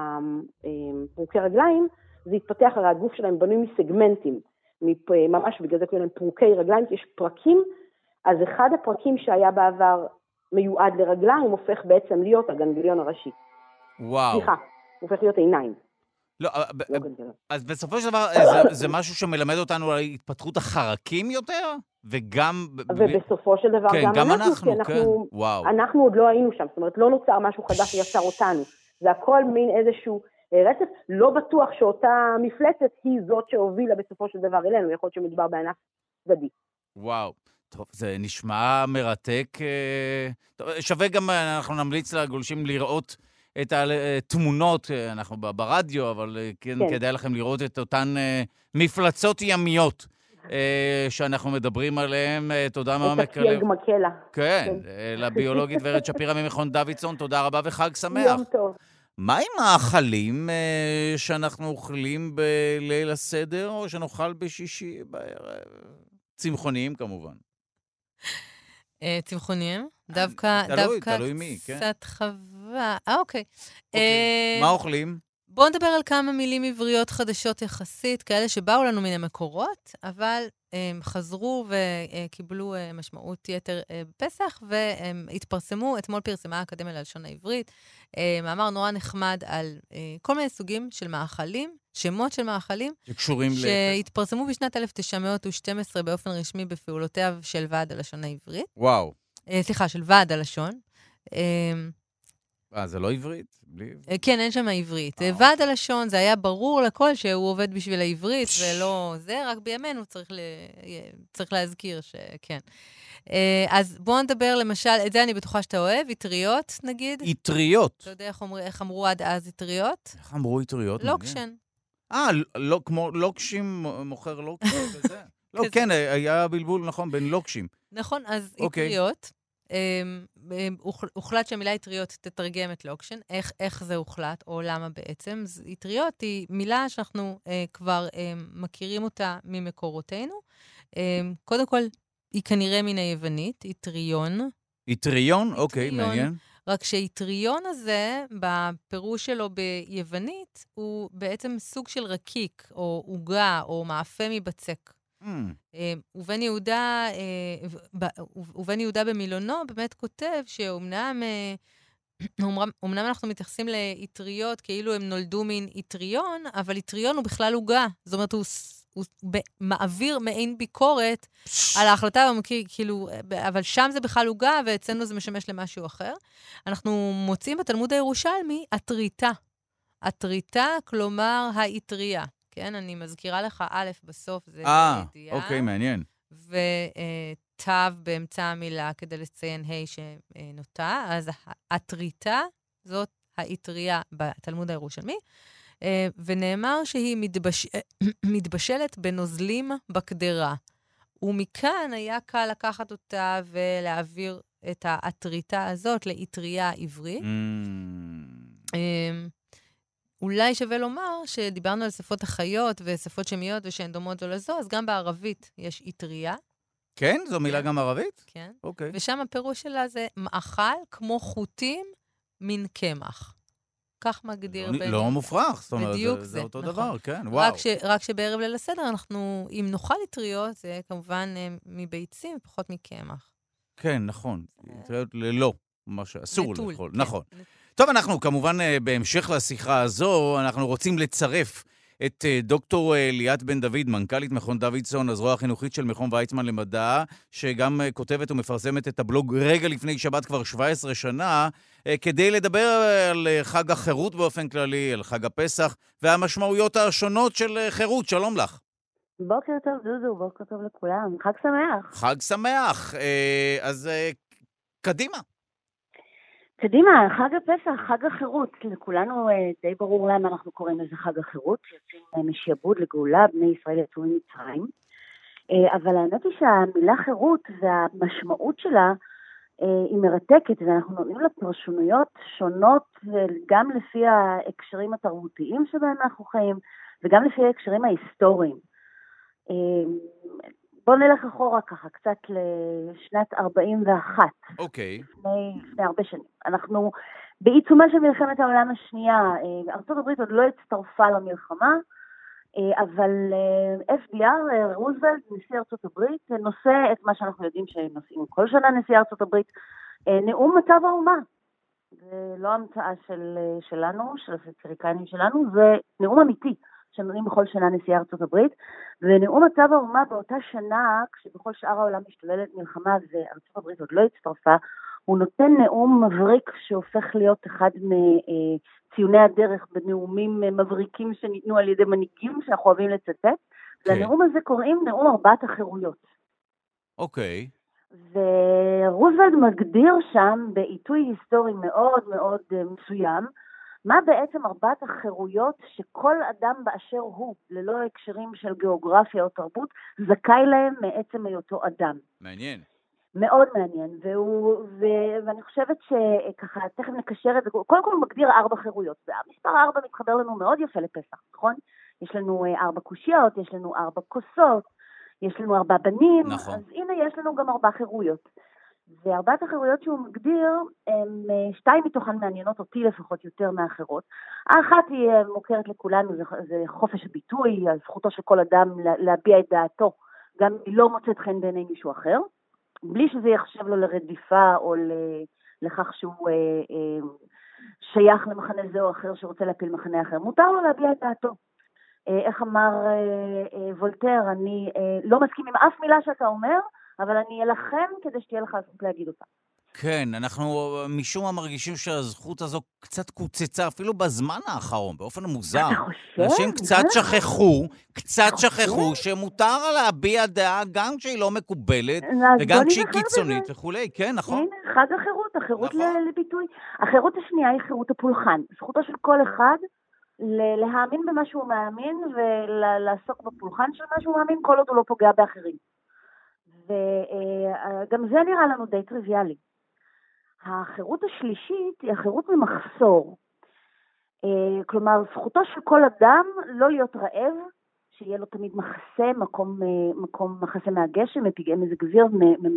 פרוקי רגליים, זה התפתח, הרי הגוף שלהם בנוי מסגמנטים, ממש בגלל זה קוראים להם פרוקי רגליים, כי יש פרקים, אז אחד הפרקים שהיה בעבר מיועד לרגליים, הופך בעצם להיות הגנגליון הראשי. וואו. סליחה, הופך להיות עיניים. לא, אז בסופו של דבר, זה משהו שמלמד אותנו על התפתחות החרקים יותר? וגם... ובסופו של דבר גם אנחנו, כי אנחנו עוד לא היינו שם, זאת אומרת, לא נוצר משהו חדש שיצר אותנו. זה הכל מין איזשהו רצף, לא בטוח שאותה מפלצת היא זאת שהובילה בסופו של דבר אלינו, יכול להיות שמדובר בענף צדדי. וואו, טוב, זה נשמע מרתק. טוב, שווה גם, אנחנו נמליץ לגולשים לראות את התמונות, אנחנו ברדיו, אבל כן, כן. כדאי לכם לראות את אותן מפלצות ימיות שאנחנו מדברים עליהן. תודה מעומק. את הציג מקלה. כן, כן. לביולוגית ורד שפירא ממכון דוידסון, תודה רבה וחג שמח. יום טוב. מה עם האכלים שאנחנו אוכלים בליל הסדר, או שנאכל בשישי בערב? צמחוניים כמובן. צמחוניים? דווקא קצת חווה. אה, אוקיי. מה אוכלים? בואו נדבר על כמה מילים עבריות חדשות יחסית, כאלה שבאו לנו מן המקורות, אבל הם חזרו וקיבלו משמעות יתר בפסח, והם התפרסמו, אתמול פרסמה האקדמיה ללשון העברית, מאמר נורא נחמד על כל מיני סוגים של מאכלים, שמות של מאכלים, שקשורים ל... שהתפרסמו בשנת אלף תשע מאות ושתים עשרה באופן רשמי בפעולותיו של ועד הלשון העברית. וואו. סליחה, של ועד הלשון. אה, זה לא עברית? בלי... כן, אין שם העברית. ועד הלשון, זה היה ברור לכל שהוא עובד בשביל העברית, ולא זה, רק בימינו צריך, ל... צריך להזכיר שכן. אז בואו נדבר למשל, את זה אני בטוחה שאתה אוהב, יטריות נגיד. יטריות? אתה יודע איך, אומר, איך אמרו עד אז יטריות? איך אמרו יטריות? לוקשן. אה, לא, כמו לוקשים, מוכר לוקשים וזה. לא, כן, היה בלבול, נכון, בין לוקשים. נכון, אז יטריות. הוחלט שהמילה יטריות תתרגם את לוקשן. איך, איך זה הוחלט, או למה בעצם? יטריות היא מילה שאנחנו כבר מכירים אותה ממקורותינו. קודם כל, היא כנראה מן היוונית, יטריון. יטריון? אוקיי, מעניין. רק שיטריון הזה, בפירוש שלו ביוונית, הוא בעצם סוג של רקיק, או עוגה, או מאפה מבצק. Mm. ובן יהודה, ובן יהודה במילונו באמת כותב שאומנם אומנם אנחנו מתייחסים ליטריות כאילו הם נולדו מן יטריון, אבל יטריון הוא בכלל עוגה. זאת אומרת, הוא... הוא מעביר מעין ביקורת על ההחלטה, כאילו, אבל שם זה בכלל עוגה, ואצלנו זה משמש למשהו אחר. אנחנו מוצאים בתלמוד הירושלמי אטריטה. אטריטה, כלומר, האטריה. כן, אני מזכירה לך, א', בסוף זה אה, אוקיי, מעניין. ותו באמצע המילה כדי לציין ה' שנוטה, אז האטריטה, זאת האטריה בתלמוד הירושלמי, ונאמר שהיא מתבש... מתבשלת בנוזלים בקדרה. ומכאן היה קל לקחת אותה ולהעביר את האטריטה הזאת לאטריה עברית. Mm. אולי שווה לומר שדיברנו על שפות החיות ושפות שמיות ושהן דומות זו לזו, אז גם בערבית יש אטריה. כן? זו מילה גם ערבית? כן. אוקיי. ושם הפירוש שלה זה מאכל כמו חוטים מן קמח. כך מגדיר לא, בין... לא מופרך, זאת אומרת, בדיוק זה, זה, זה אותו נכון. דבר, כן, וואו. רק, ש, רק שבערב ליל הסדר אנחנו, אם נאכל יטריות, זה כמובן מביצים, פחות מקמח. כן, נכון. יטריות ללא, מה שאסור נטול, לאכול, כן. נכון. טוב, אנחנו כמובן בהמשך לשיחה הזו, אנחנו רוצים לצרף את דוקטור ליאת בן דוד, מנכ"לית מכון דוידסון, הזרוע החינוכית של מכון ויצמן למדע, שגם כותבת ומפרסמת את הבלוג רגע לפני שבת כבר שבע עשרה שנה, כדי לדבר על חג החירות באופן כללי, על חג הפסח, והמשמעויות השונות של חירות. שלום לך. בוקר טוב, דודו, בוקר טוב לכולם. חג שמח. חג שמח. אה, אז אה, קדימה. קדימה, חג הפסח, חג החירות. לכולנו אה, די ברור למה אנחנו קוראים לזה חג החירות, שיוצאים אה, משעבוד לגאולה, בני ישראל יצאו ממצרים. אה, אבל האמת היא שהמילה חירות והמשמעות שלה אה, היא מרתקת, ואנחנו נותנים לה פרשנויות שונות, גם לפי ההקשרים התרבותיים שבהם אנחנו חיים, וגם לפי ההקשרים ההיסטוריים. בואו נלך אחורה ככה, קצת לשנת ארבעים ואחת. אוקיי. Okay. לפני, לפני הרבה שנים. אנחנו בעיצומה של מלחמת העולם השנייה, ארצות הברית עוד לא הצטרפה למלחמה, אבל אף די אר, רוזוולט, נשיא ארצות הברית, נושא את מה שאנחנו יודעים שהם נושאים כל שנה נשיא ארצות הברית, נאום מצב האומה. זה לא המצאה של, שלנו, של הסטריקנים שלנו, זה נאום אמיתי. שנונים בכל שנה נשיא ארצות הברית, ונאום מצב האומה באותה שנה, כשבכל שאר העולם משתוללת מלחמה וארצות הברית עוד לא הצטרפה, הוא נותן נאום מבריק שהופך להיות אחד מציוני הדרך בנאומים מבריקים שניתנו על ידי מנהיגים שאנחנו אוהבים לצטט, okay. לנאום הזה קוראים נאום ארבעת החירויות. אוקיי. Okay. ורוזוולט מגדיר שם בעיתוי היסטורי מאוד מאוד מסוים, מה בעצם ארבעת החירויות שכל אדם באשר הוא, ללא הקשרים של גיאוגרפיה או תרבות, זכאי להם מעצם היותו אדם. מעניין. מאוד מעניין, והוא, ו, ואני חושבת שככה, תכף נקשר את זה, קודם כל הוא מגדיר ארבע חירויות, והמספר ארבע מתחבר לנו מאוד יפה לפסח, נכון? יש לנו ארבע קושיות, יש לנו ארבע כוסות, יש לנו ארבע בנים, נכון. אז הנה יש לנו גם ארבע חירויות. וארבעת החירויות שהוא מגדיר, הם, שתיים מתוכן מעניינות אותי לפחות יותר מאחרות. האחת היא מוכרת לכולנו, זה, זה חופש הביטוי, זכותו של כל אדם להביע את דעתו, גם אם היא לא מוצאת חן בעיני מישהו אחר, בלי שזה יחשב לו לרדיפה או לכך שהוא אה, אה, שייך למחנה זה או אחר שרוצה להפיל מחנה אחר. מותר לו להביע את דעתו. אה, איך אמר אה, אה, וולטר, אני אה, לא מסכים עם אף מילה שאתה אומר, אבל אני אלחם כדי שתהיה לך הזכות להגיד אותה. כן, אנחנו משום מה מרגישים שהזכות הזו קצת קוצצה, אפילו בזמן האחרון, באופן מוזר. אתה חושב? אנשים קצת שכחו, קצת שכחו שמותר להביע דעה גם כשהיא לא מקובלת, וגם כשהיא קיצונית וכולי. כן, נכון? הנה, חג החירות, החירות לביטוי. החירות השנייה היא חירות הפולחן. זכותו של כל אחד להאמין במה שהוא מאמין, ולעסוק בפולחן של מה שהוא מאמין, כל עוד הוא לא פוגע באחרים. וגם זה נראה לנו די טריוויאלי. החירות השלישית היא החירות ממחסור. כלומר, זכותו של כל אדם לא להיות רעב, שיהיה לו תמיד מחסה, מקום, מקום מחסה מהגשם, מפגעי מזג אוויר,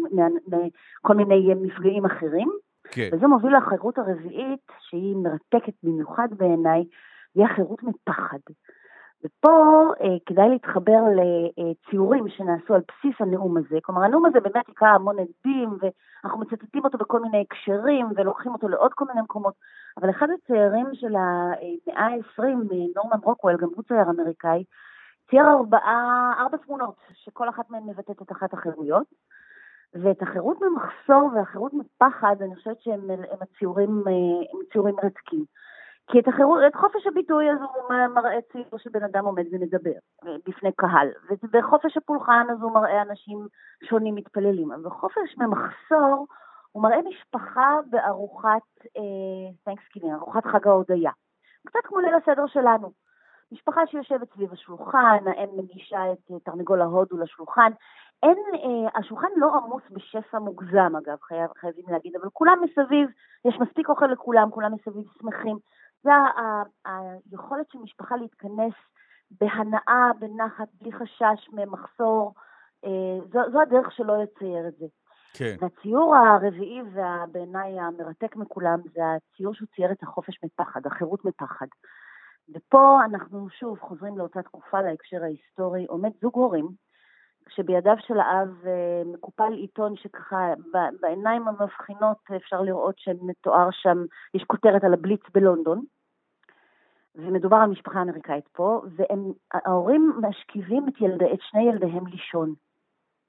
מכל מיני מפגעים אחרים. כן. וזה מוביל לחירות הרביעית, שהיא מרתקת במיוחד בעיניי, היא החירות מפחד. ופה אה, כדאי להתחבר לציורים שנעשו על בסיס הנאום הזה. כלומר, הנאום הזה באמת יקרא המון עדים, ואנחנו מצטטים אותו בכל מיני הקשרים, ולוקחים אותו לעוד כל מיני מקומות. אבל אחד הציירים של המאה ה-עשרים, נורמן רוקוול, גם הוא צייר אמריקאי, צייר ארבעה, ארבע תמונות, שכל אחת מהן מבטאת את אחת החירויות. ואת החירות ממחסור והחירות מפחד, אני חושבת שהם הם הציורים, הם ציורים מרתקים. כי את, החירות, את חופש הביטוי אז הוא מראה ציור שבן אדם עומד ומדבר בפני קהל, ובחופש הפולחן אז הוא מראה אנשים שונים מתפללים, אבל בחופש ממחסור הוא מראה משפחה בארוחת תנקסגיבינג, ארוחת חג ההודיה. קצת כמו ליל הסדר שלנו. משפחה שיושבת סביב השולחן, האם מגישה את תרנגול ההודו לשולחן, אין, אה, השולחן לא עמוס בשפע מוגזם אגב, חייב, חייבים להגיד, אבל כולם מסביב, יש מספיק אוכל לכולם, כולם מסביב שמחים. זה היכולת של משפחה להתכנס בהנאה, בנחת, בלי חשש ממחסור, זו, זו הדרך שלא לצייר את זה. כן. והציור הרביעי והבעיניי המרתק מכולם, זה הציור שהוא צייר את החופש מפחד, החירות מפחד. ופה אנחנו שוב חוזרים לאותה תקופה, להקשר ההיסטורי, עומד זוג הורים, שבידיו של האב מקופל עיתון שככה בעיניים המבחינות אפשר לראות שמתואר שם, יש כותרת על הבליץ בלונדון, ומדובר על משפחה אמריקאית פה, וההורים משכיבים את, ילד, את שני ילדיהם לישון.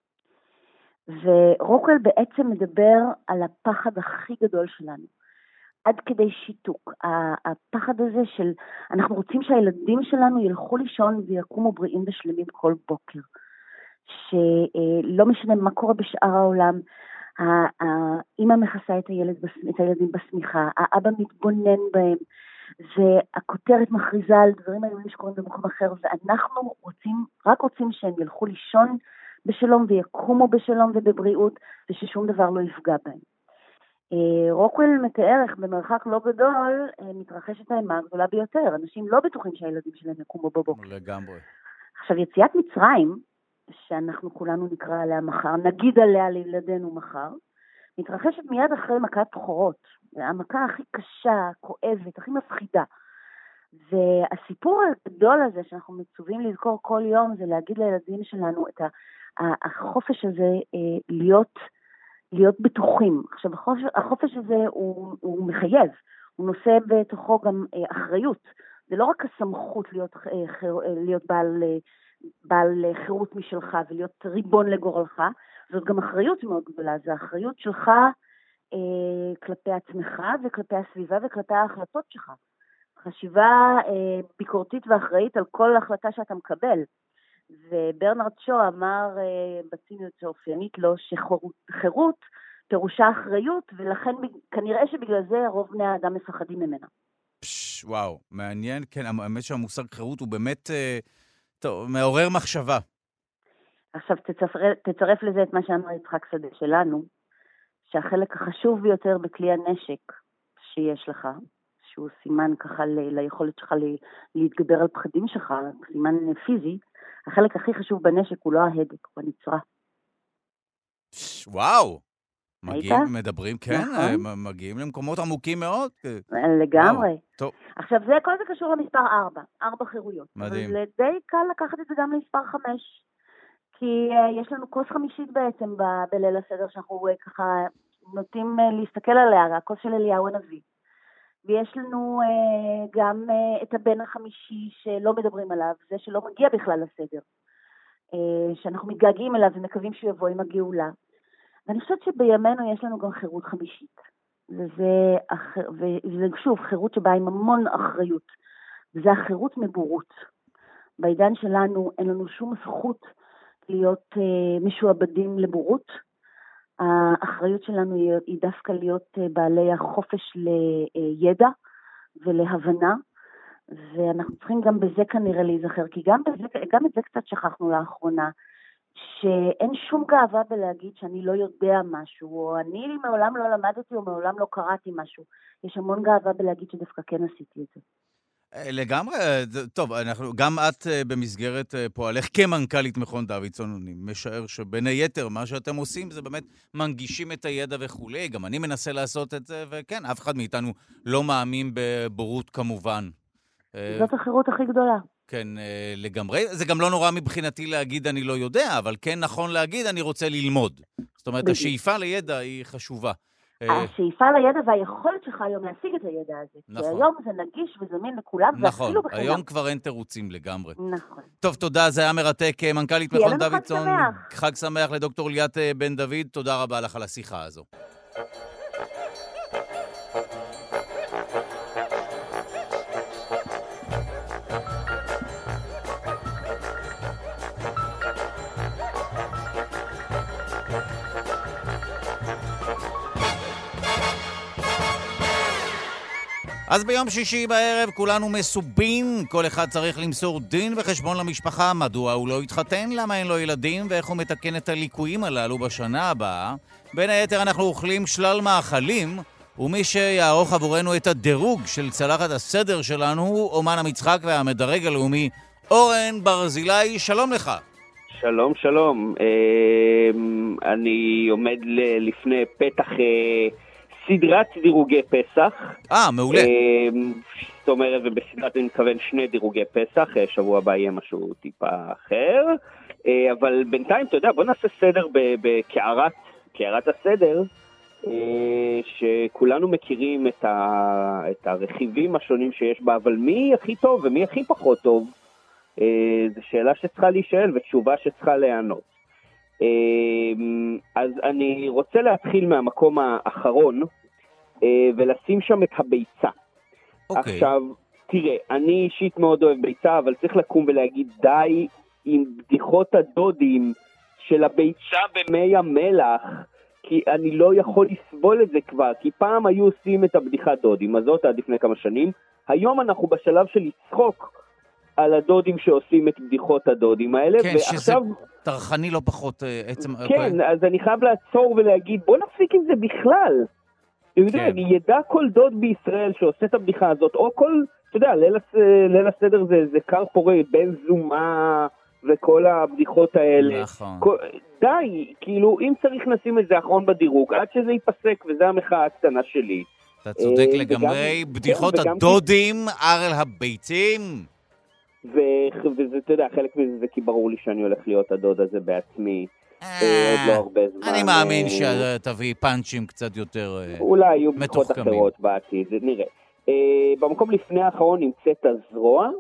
ורוקוול בעצם מדבר על הפחד הכי גדול שלנו. עד כדי שיתוק. הפחד הזה של, אנחנו רוצים שהילדים שלנו ילכו לישון ויקומו בריאים ושלמים כל בוקר. שלא משנה מה קורה בשאר העולם, האמא מכסה את, הילד, את הילדים בסמיכה, האבא מתבונן בהם, והכותרת מכריזה על דברים האלה שקורים במקום אחר, ואנחנו רוצים, רק רוצים שהם ילכו לישון בשלום ויקומו בשלום ובבריאות, וששום דבר לא יפגע בהם. רוקוול מתאר איך במרחק לא גדול מתרחשת האימה הגדולה ביותר. אנשים לא בטוחים שהילדים שלהם יקומו בבוקר. לגמרי. עכשיו, יציאת מצרים, שאנחנו כולנו נקרא עליה מחר, נגיד עליה לילדינו מחר, מתרחשת מיד אחרי מכת בכורות. המכה הכי קשה, כואבת, הכי מפחידה. והסיפור הגדול הזה שאנחנו מצווים לזכור כל יום, זה להגיד לילדים שלנו את החופש הזה להיות, להיות בטוחים. עכשיו, החופש, החופש הזה הוא, הוא מחייב, הוא נושא בתוכו גם אחריות. זה לא רק הסמכות להיות, להיות בעל, בעל חירות משלך ולהיות ריבון לגורלך, זאת גם אחריות מאוד גדולה. זה האחריות שלך אה, כלפי עצמך וכלפי הסביבה וכלפי ההחלטות שלך. חשיבה אה, ביקורתית ואחראית על כל החלטה שאתה מקבל. וברנרד שו אמר אה, בציניות שאופיינית לו שחירות פירושה אחריות, ולכן כנראה שבגלל זה רוב בני האדם מפחדים ממנה. פש, וואו, מעניין. כן, האמת שהמושג חירות הוא באמת אה, טוב, מעורר מחשבה. עכשיו תצרף, תצרף לזה את מה שאמר יצחק שדה שלנו, שהחלק החשוב ביותר בכלי הנשק שיש לך, שהוא סימן ככה ל- ליכולת שלך ל- להתגבר על פחדים שלך, סימן פיזי, החלק הכי חשוב בנשק הוא לא ההדק, הוא הנצרה. וואו, מגיעים, מדברים, כן, נכון? מגיעים למקומות עמוקים מאוד. לגמרי. וואו, טוב. עכשיו זה, כל זה קשור למספר ארבע, ארבע חירויות. מדהים. אבל די קל לקחת את זה גם למספר חמש. כי uh, יש לנו כוס חמישית בעצם ב- בליל הסדר, שאנחנו uh, ככה נוטים uh, להסתכל עליה, הכוס של אליהו הנביא. ויש לנו uh, גם uh, את הבן החמישי שלא מדברים עליו, זה שלא מגיע בכלל לסדר. Uh, שאנחנו מתגעגעים אליו ומקווים שהוא יבוא עם הגאולה. ואני חושבת שבימינו יש לנו גם חירות חמישית. וזה, וזה שוב חירות שבאה עם המון אחריות. וזה החירות מבורות. בעידן שלנו אין לנו שום זכות להיות uh, משועבדים לבורות. האחריות שלנו היא, היא דווקא להיות uh, בעלי החופש לידע ולהבנה, ואנחנו צריכים גם בזה כנראה להיזכר, כי גם, בזה, גם את זה קצת שכחנו לאחרונה, שאין שום גאווה בלהגיד שאני לא יודע משהו, או אני מעולם לא למדתי או מעולם לא קראתי משהו. יש המון גאווה בלהגיד שדווקא כן עשיתי את זה. לגמרי, טוב, אנחנו, גם את במסגרת פועלך כמנכ"לית מכון דוידסון, אני משער שבין היתר מה שאתם עושים זה באמת מנגישים את הידע וכולי, גם אני מנסה לעשות את זה, וכן, אף אחד מאיתנו לא מאמין בבורות כמובן. זאת החירות הכי גדולה. כן, לגמרי. זה גם לא נורא מבחינתי להגיד אני לא יודע, אבל כן נכון להגיד אני רוצה ללמוד. זאת אומרת, השאיפה לידע היא חשובה. השאיפה לידע והיכולת שלך היום להשיג את הידע הזה. נכון. כי היום זה נגיש וזמין לכולם, נכון. ואפילו בחינם. היום כבר אין תירוצים לגמרי. נכון. טוב, תודה, זה היה מרתק. מנכ"לית מכון דוידסון. חג שמח. חג שמח לדוקטור ליאת בן דוד. תודה רבה לך על השיחה הזו. אז ביום שישי בערב כולנו מסובים, כל אחד צריך למסור דין וחשבון למשפחה, מדוע הוא לא התחתן, למה אין לו ילדים, ואיך הוא מתקן את הליקויים הללו בשנה הבאה. בין היתר אנחנו אוכלים שלל מאכלים, ומי שיערוך עבורנו את הדירוג של צלחת הסדר שלנו הוא אומן המצחק והמדרג הלאומי אורן ברזילי. שלום לך. שלום, שלום. אני עומד לפני פתח סדרת דירוגי פסח. אה, מעולה. זאת אומרת, ובסדרת אני מתכוון שני דירוגי פסח, שבוע הבא יהיה משהו טיפה אחר. אבל בינתיים, אתה יודע, בוא נעשה סדר בקערת, קערת הסדר, שכולנו מכירים את, ה, את הרכיבים השונים שיש בה, אבל מי הכי טוב ומי הכי פחות טוב? זו שאלה שצריכה להישאל ותשובה שצריכה לענות. אז אני רוצה להתחיל מהמקום האחרון, ולשים שם את הביצה. אוקיי. עכשיו, תראה, אני אישית מאוד אוהב ביצה, אבל צריך לקום ולהגיד די עם בדיחות הדודים של הביצה במי המלח, כי אני לא יכול לסבול את זה כבר, כי פעם היו עושים את הבדיחת דודים, אז זאת עד לפני כמה שנים, היום אנחנו בשלב של לצחוק על הדודים שעושים את בדיחות הדודים האלה, כן, ועכשיו... שזה תרחני לא פחות עצם... כן, אז אני חייב לעצור ולהגיד, בוא נפסיק עם זה בכלל. אתה יודע, אני ידע כל דוד בישראל שעושה את הבדיחה הזאת, או כל, אתה יודע, ליל הסדר זה, זה קר פורה, בן זומה וכל הבדיחות האלה. נכון. כל, די, כאילו, אם צריך נשים את זה אחרון בדירוג, עד שזה ייפסק, וזו המחאה הקטנה שלי. אתה צודק לגמרי, בדיחות הדודים, ארל הביצים. וזה, אתה יודע, חלק מזה זה כי ברור לי שאני הולך להיות הדוד הזה בעצמי. עוד לא הרבה זמן. אני מאמין שתביא פאנצ'ים קצת יותר מתוחכמים. אולי יהיו בדיחות אחרות בעתיד, נראה. במקום לפני האחרון נמצאת הזרוע,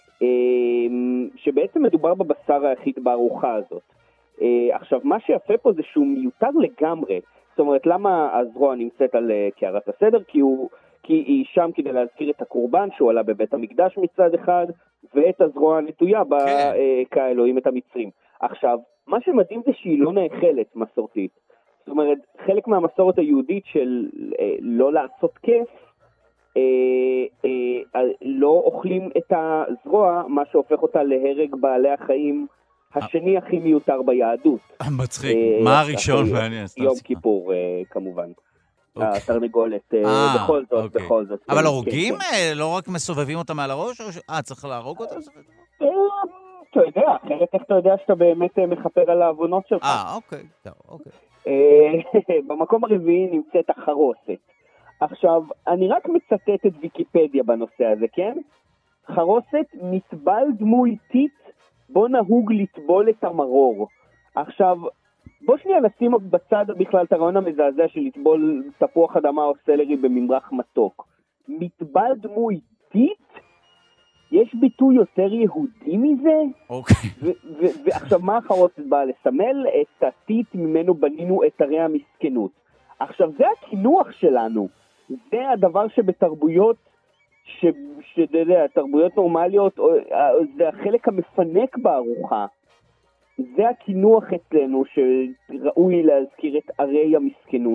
שבעצם מדובר בבשר היחיד בארוחה הזאת. עכשיו, מה שיפה פה זה שהוא מיותר לגמרי. זאת אומרת, למה הזרוע נמצאת על קערת הסדר? כי הוא... כי היא שם כדי להזכיר את הקורבן שהוא עלה בבית המקדש מצד אחד, ואת הזרוע הנטויה בה, כאלוהים את המצרים. עכשיו, מה שמדהים זה שהיא לא נאכלת מסורתית. זאת אומרת, חלק מהמסורת היהודית של אה, לא לעשות כיף, אה, אה, לא אוכלים את הזרוע, מה שהופך אותה להרג בעלי החיים השני הכי מיותר ביהדות. מצחיק, מה הראשון מעניין? יום כיפור כמובן. התרנגולת, בכל זאת, בכל זאת. אבל הורגים? לא רק מסובבים אותה מעל הראש? אה, צריך להרוג אותה? אתה יודע, אחרת איך אתה יודע שאתה באמת מחפר על העוונות שלך. אה, אוקיי, אוקיי. במקום הרביעי נמצאת החרוסת. עכשיו, אני רק מצטט את ויקיפדיה בנושא הזה, כן? חרוסת, מטבל דמוי טיט, בו נהוג לטבול את המרור. עכשיו, בוא שנייה נשים בצד בכלל את הרעיון המזעזע של לטבול תפוח אדמה או סלרי בממרח מתוק. מטבל דמוי טיט? יש ביטוי יותר יהודי מזה? אוקיי. ועכשיו מה החרוסת באה לסמל? את הטיט ממנו בנינו את הרי המסכנות. עכשיו זה הכינוח שלנו. זה הדבר שבתרבויות, שאתה יודע, תרבויות נורמליות, זה החלק המפנק בארוחה. זה הכינוח אצלנו שראוי להזכיר את ערי המסכנות.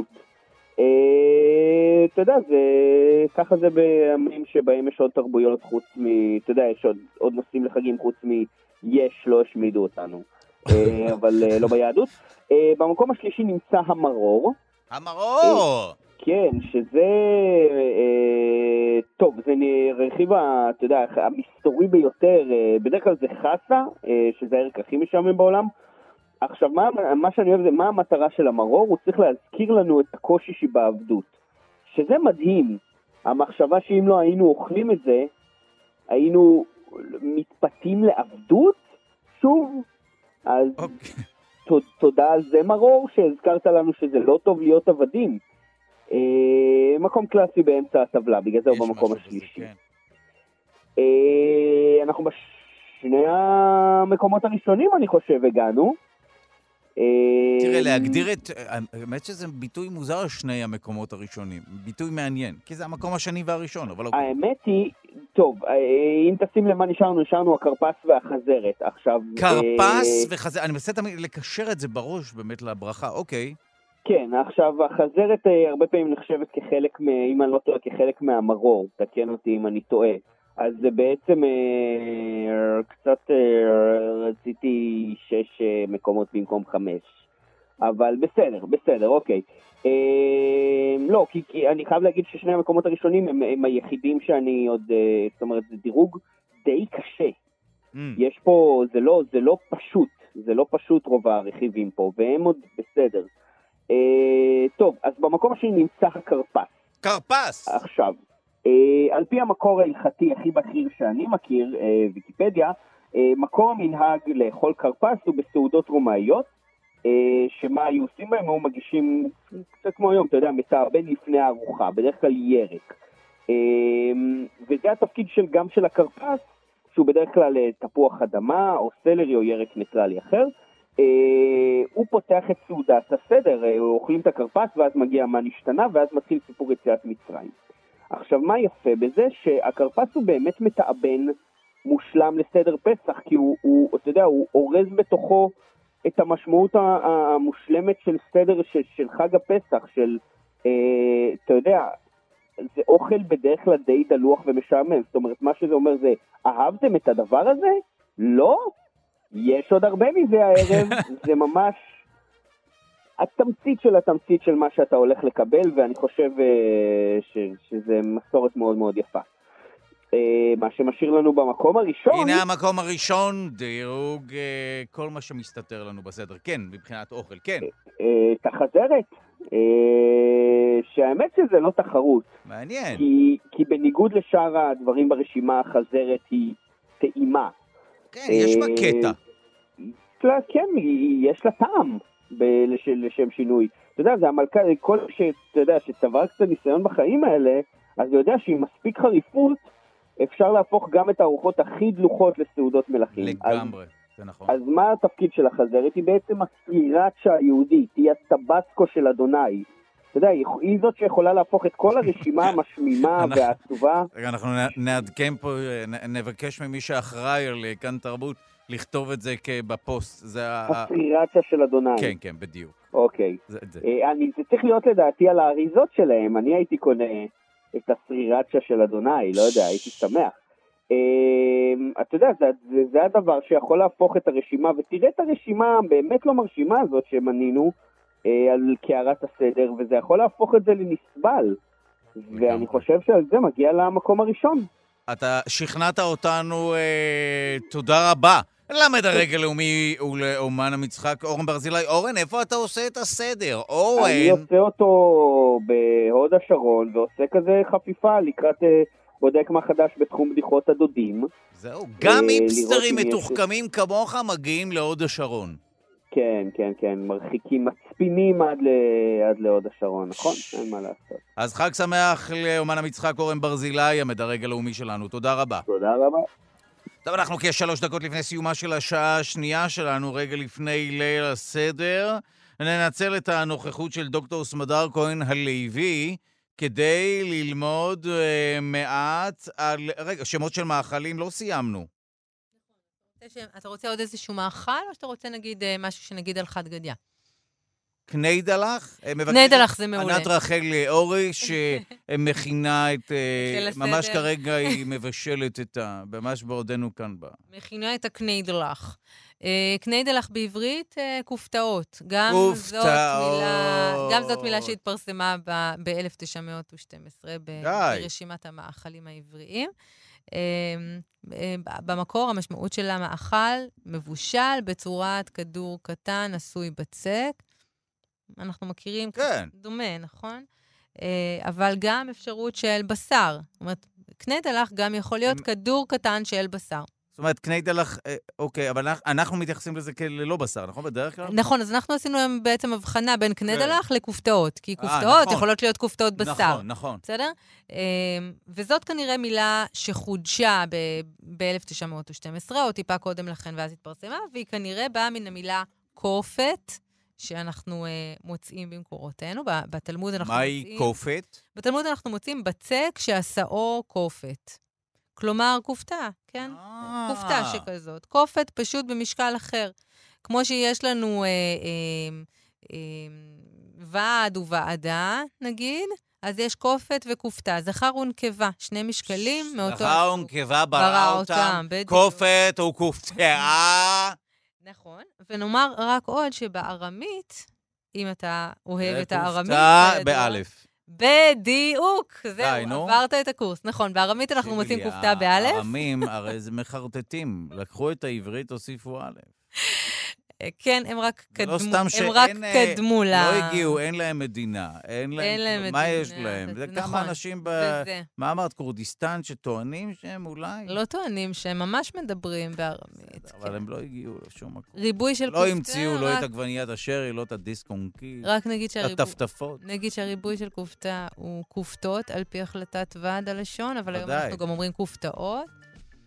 אתה יודע, ככה זה בימים שבהם יש עוד תרבויות חוץ מ... אתה יודע, יש עוד, עוד נושאים לחגים חוץ מ... יש, לא השמידו אותנו. אבל לא ביהדות. במקום השלישי נמצא המרור. המרור! כן, שזה... טוב, זה רכיב, אתה יודע, המסתורי ביותר. בדרך כלל זה חסה, שזה הערך הכי משעמם בעולם. עכשיו, מה, מה שאני אוהב זה, מה המטרה של המרור? הוא צריך להזכיר לנו את הקושי שבעבדות. שזה מדהים. המחשבה שאם לא היינו אוכלים את זה, היינו מתפתים לעבדות? שוב? אז okay. ת, תודה על זה מרור, שהזכרת לנו שזה לא טוב להיות עבדים. אה, מקום קלאסי באמצע הטבלה, בגלל זה הוא במקום השלישי. כן. אה, אנחנו בשני המקומות הראשונים, אני חושב, הגענו. תראה, להגדיר את... האמת שזה ביטוי מוזר שני המקומות הראשונים. ביטוי מעניין, כי זה המקום השני והראשון, אבל... האמת היא, טוב, אם תשים למה נשארנו, נשארנו הקרפס והחזרת. עכשיו... קרפס וחזרת, אני מנסה תמיד לקשר את זה בראש באמת לברכה, אוקיי. כן, עכשיו, החזרת הרבה פעמים נחשבת כחלק, אם אני לא טועה, כחלק מהמרור, תקן אותי אם אני טועה. אז זה בעצם אה, קצת אה, רציתי שש אה, מקומות במקום חמש. אבל בסדר, בסדר, אוקיי. אה, לא, כי, כי אני חייב להגיד ששני המקומות הראשונים הם, הם היחידים שאני עוד, אה, זאת אומרת, זה דירוג די קשה. Mm. יש פה, זה לא, זה לא פשוט, זה לא פשוט רוב הרכיבים פה, והם עוד בסדר. אה, טוב, אז במקום השני נמצא הקרפס. קרפס! עכשיו. על פי המקור ההלכתי הכי בכיר שאני מכיר, ויקיפדיה, מקור המנהג לאכול קרפס הוא בסעודות רומאיות, שמה היו עושים בהם, היו מגישים קצת כמו היום, אתה יודע, מתערבן לפני הארוחה, בדרך כלל ירק. וזה התפקיד של, גם של הקרפס, שהוא בדרך כלל תפוח אדמה או סלרי או ירק ניטרלי אחר, הוא פותח את סעודת הסדר, אוכלים את הקרפס ואז מגיע מה נשתנה ואז מתחיל סיפור יציאת מצרים. עכשיו מה יפה בזה? שהקרפס הוא באמת מתאבן מושלם לסדר פסח, כי הוא, הוא, אתה יודע, הוא אורז בתוכו את המשמעות המושלמת של סדר של, של חג הפסח, של, אה, אתה יודע, זה אוכל בדרך כלל די דלוח ומשעמם, זאת אומרת, מה שזה אומר זה, אהבתם את הדבר הזה? לא? יש עוד הרבה מזה הערב, זה ממש התמצית של התמצית של מה שאתה הולך לקבל, ואני חושב אה, ש, שזה מסורת מאוד מאוד יפה. מה שמשאיר לנו במקום הראשון... הנה המקום הראשון, דירוג כל מה שמסתתר לנו בסדר. כן, מבחינת אוכל, כן. את החזרת, שהאמת שזה לא תחרות. מעניין. כי, כי בניגוד לשאר הדברים ברשימה, החזרת היא טעימה. כן, יש בה קטע. כן, יש לה טעם לשם שינוי. אתה יודע, זה המלכה, כל שאתה יודע, שצבר קצת ניסיון בחיים האלה, אז אתה יודע שהיא מספיק חריפות, אפשר להפוך גם את הארוחות הכי דלוחות לסעודות מלכים. לגמרי, אז, זה נכון. אז מה התפקיד של החזרת? היא בעצם הסרירצ'ה היהודית, היא הטבסקו של אדוני. אתה יודע, היא זאת שיכולה להפוך את כל הרשימה המשמימה והעצובה. אנחנו נעדכן פה, נבקש ממי שאחראי על כאן תרבות, לכתוב את זה בפוסט. הסרירצ'ה של אדוני. כן, כן, בדיוק. אוקיי. זה, זה. אני, זה צריך להיות לדעתי על האריזות שלהם. אני הייתי קונה את הסרירצ'ה של אדוני, לא יודע, הייתי שמח. אתה יודע, זה, זה, זה הדבר שיכול להפוך את הרשימה, ותראה את הרשימה באמת לא מרשימה הזאת שמנינו על קערת הסדר, וזה יכול להפוך את זה לנסבל. ואני חושב שעל זה מגיע למקום הראשון. אתה שכנעת אותנו, אה, תודה רבה. למד הרגע לאומי ולאומן המצחק אורן ברזילי. אורן, איפה אתה עושה את הסדר? אורן. אני עושה אותו בהוד השרון, ועושה כזה חפיפה לקראת בודק מה חדש בתחום בדיחות הדודים. זהו, גם איפסטרים מתוחכמים כמוך מגיעים להוד השרון. כן, כן, כן, מרחיקים מצפינים עד, ל... עד להוד השרון, נכון? אין מה לעשות. אז חג שמח לאומן המצחק אורן ברזילי, המדרג הלאומי שלנו. תודה רבה. תודה רבה. טוב, אנחנו כשלוש דקות לפני סיומה של השעה השנייה שלנו, רגע לפני ליל הסדר. ננצל את הנוכחות של דוקטור סמדר כהן הלוי, כדי ללמוד uh, מעט על... רגע, שמות של מאכלים לא סיימנו. אתה רוצה עוד איזשהו מאכל, או שאתה רוצה נגיד משהו שנגיד על חד גדיה? קניידלח? קניידלח זה מעולה. ענת רחל אורי, שמכינה את... ממש כרגע היא מבשלת את ה... ממש בעודנו כאן בה. מכינה את הקניידלח. קניידלח בעברית, כופתאות. גם זאת מילה שהתפרסמה ב-אלף תשע מאות ושתים עשרה ברשימת המאכלים העבריים. במקור המשמעות של המאכל מבושל בצורת כדור קטן עשוי בצק. אנחנו מכירים כן. דומה, נכון? אבל גם אפשרות של בשר. זאת אומרת, קניידלח גם יכול להיות כדור קטן של בשר. זאת אומרת, קניידלח, אוקיי, אבל אנחנו מתייחסים לזה כללא בשר, נכון? בדרך כלל? נכון, אז אנחנו עשינו בעצם הבחנה בין קניידלח לכופתאות, כי כופתאות יכולות להיות כופתאות בשר. נכון, נכון. בסדר? וזאת כנראה מילה שחודשה ב-אלף תשע מאות ושתים עשרה, או טיפה קודם לכן ואז התפרסמה, והיא כנראה באה מן המילה קופת, שאנחנו מוצאים במקורותינו. בתלמוד אנחנו מוצאים... מהי קופת? בתלמוד אנחנו מוצאים בצק שעשאו קופת. כלומר, כופתה, כן? כופתה שכזאת. קופת פשוט במשקל אחר. כמו שיש לנו אה, אה, אה, ועד וועדה, נגיד, אז יש קופת וכופתה. זכר ונקבה, שני משקלים מאותו... זכר ונקבה ברא אותם, קופת וכופתה. נכון, ונאמר רק עוד שבארמית, אם אתה אוהב את הארמית... כופתה באלף. בדיוק, זהו, עברת את הקורס. נכון, בארמית אנחנו מוצאים כופתה באלף. הארמים, הרי זה מחרטטים. לקחו את העברית, הוסיפו א'. כן, הם רק קדמו לה. לא הגיעו, אין להם מדינה. אין להם מדינה. מה יש להם? זה כמה אנשים ב... מה אמרת, קורדיסטן, שטוענים שהם אולי? לא טוענים שהם ממש מדברים בארמית. אבל הם לא הגיעו לשום מקום. ריבוי של כופתה. לא המציאו לא את עגבניית השרי, לא את הדיסק-אונקי. רק נגיד שהריבוי... הטפטפות. נגיד שהריבוי של כופתה הוא כופתות, על פי החלטת ועד הלשון, אבל היום אנחנו גם אומרים כופתאות.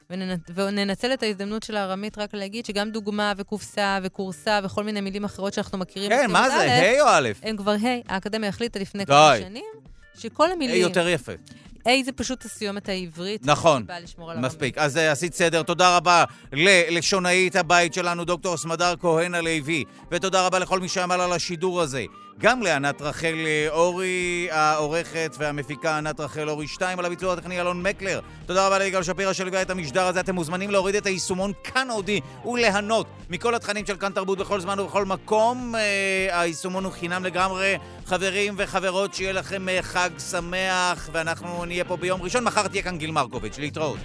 וננצל את ההזדמנות של הארמית רק להגיד שגם דוגמה וקופסה וקורסה וכל מיני מילים אחרות שאנחנו מכירים. כן, מה זה? היי או א'? הם כבר היי. האקדמיה החליטה לפני כמה שנים שכל המילים... היי יותר יפה. היי זה פשוט הסיומת העברית. נכון, מספיק. אז עשית סדר. תודה רבה ללשונאית הבית שלנו, דוקטור סמדר כהן הלוי, ותודה רבה לכל מי שעמל על השידור הזה. גם לענת רחל אורי, העורכת והמפיקה ענת רחל אורי שתיים, על הביצוע הטכני אלון מקלר. תודה רבה ליגאל שפירא שליווה את המשדר הזה. אתם מוזמנים להוריד את היישומון כאן אודי וליהנות מכל התכנים של כאן תרבות בכל זמן ובכל מקום. היישומון הוא חינם לגמרי. חברים וחברות, שיהיה לכם חג שמח, ואנחנו נהיה פה ביום ראשון. מחר תהיה כאן גיל מרקוביץ'. להתראות.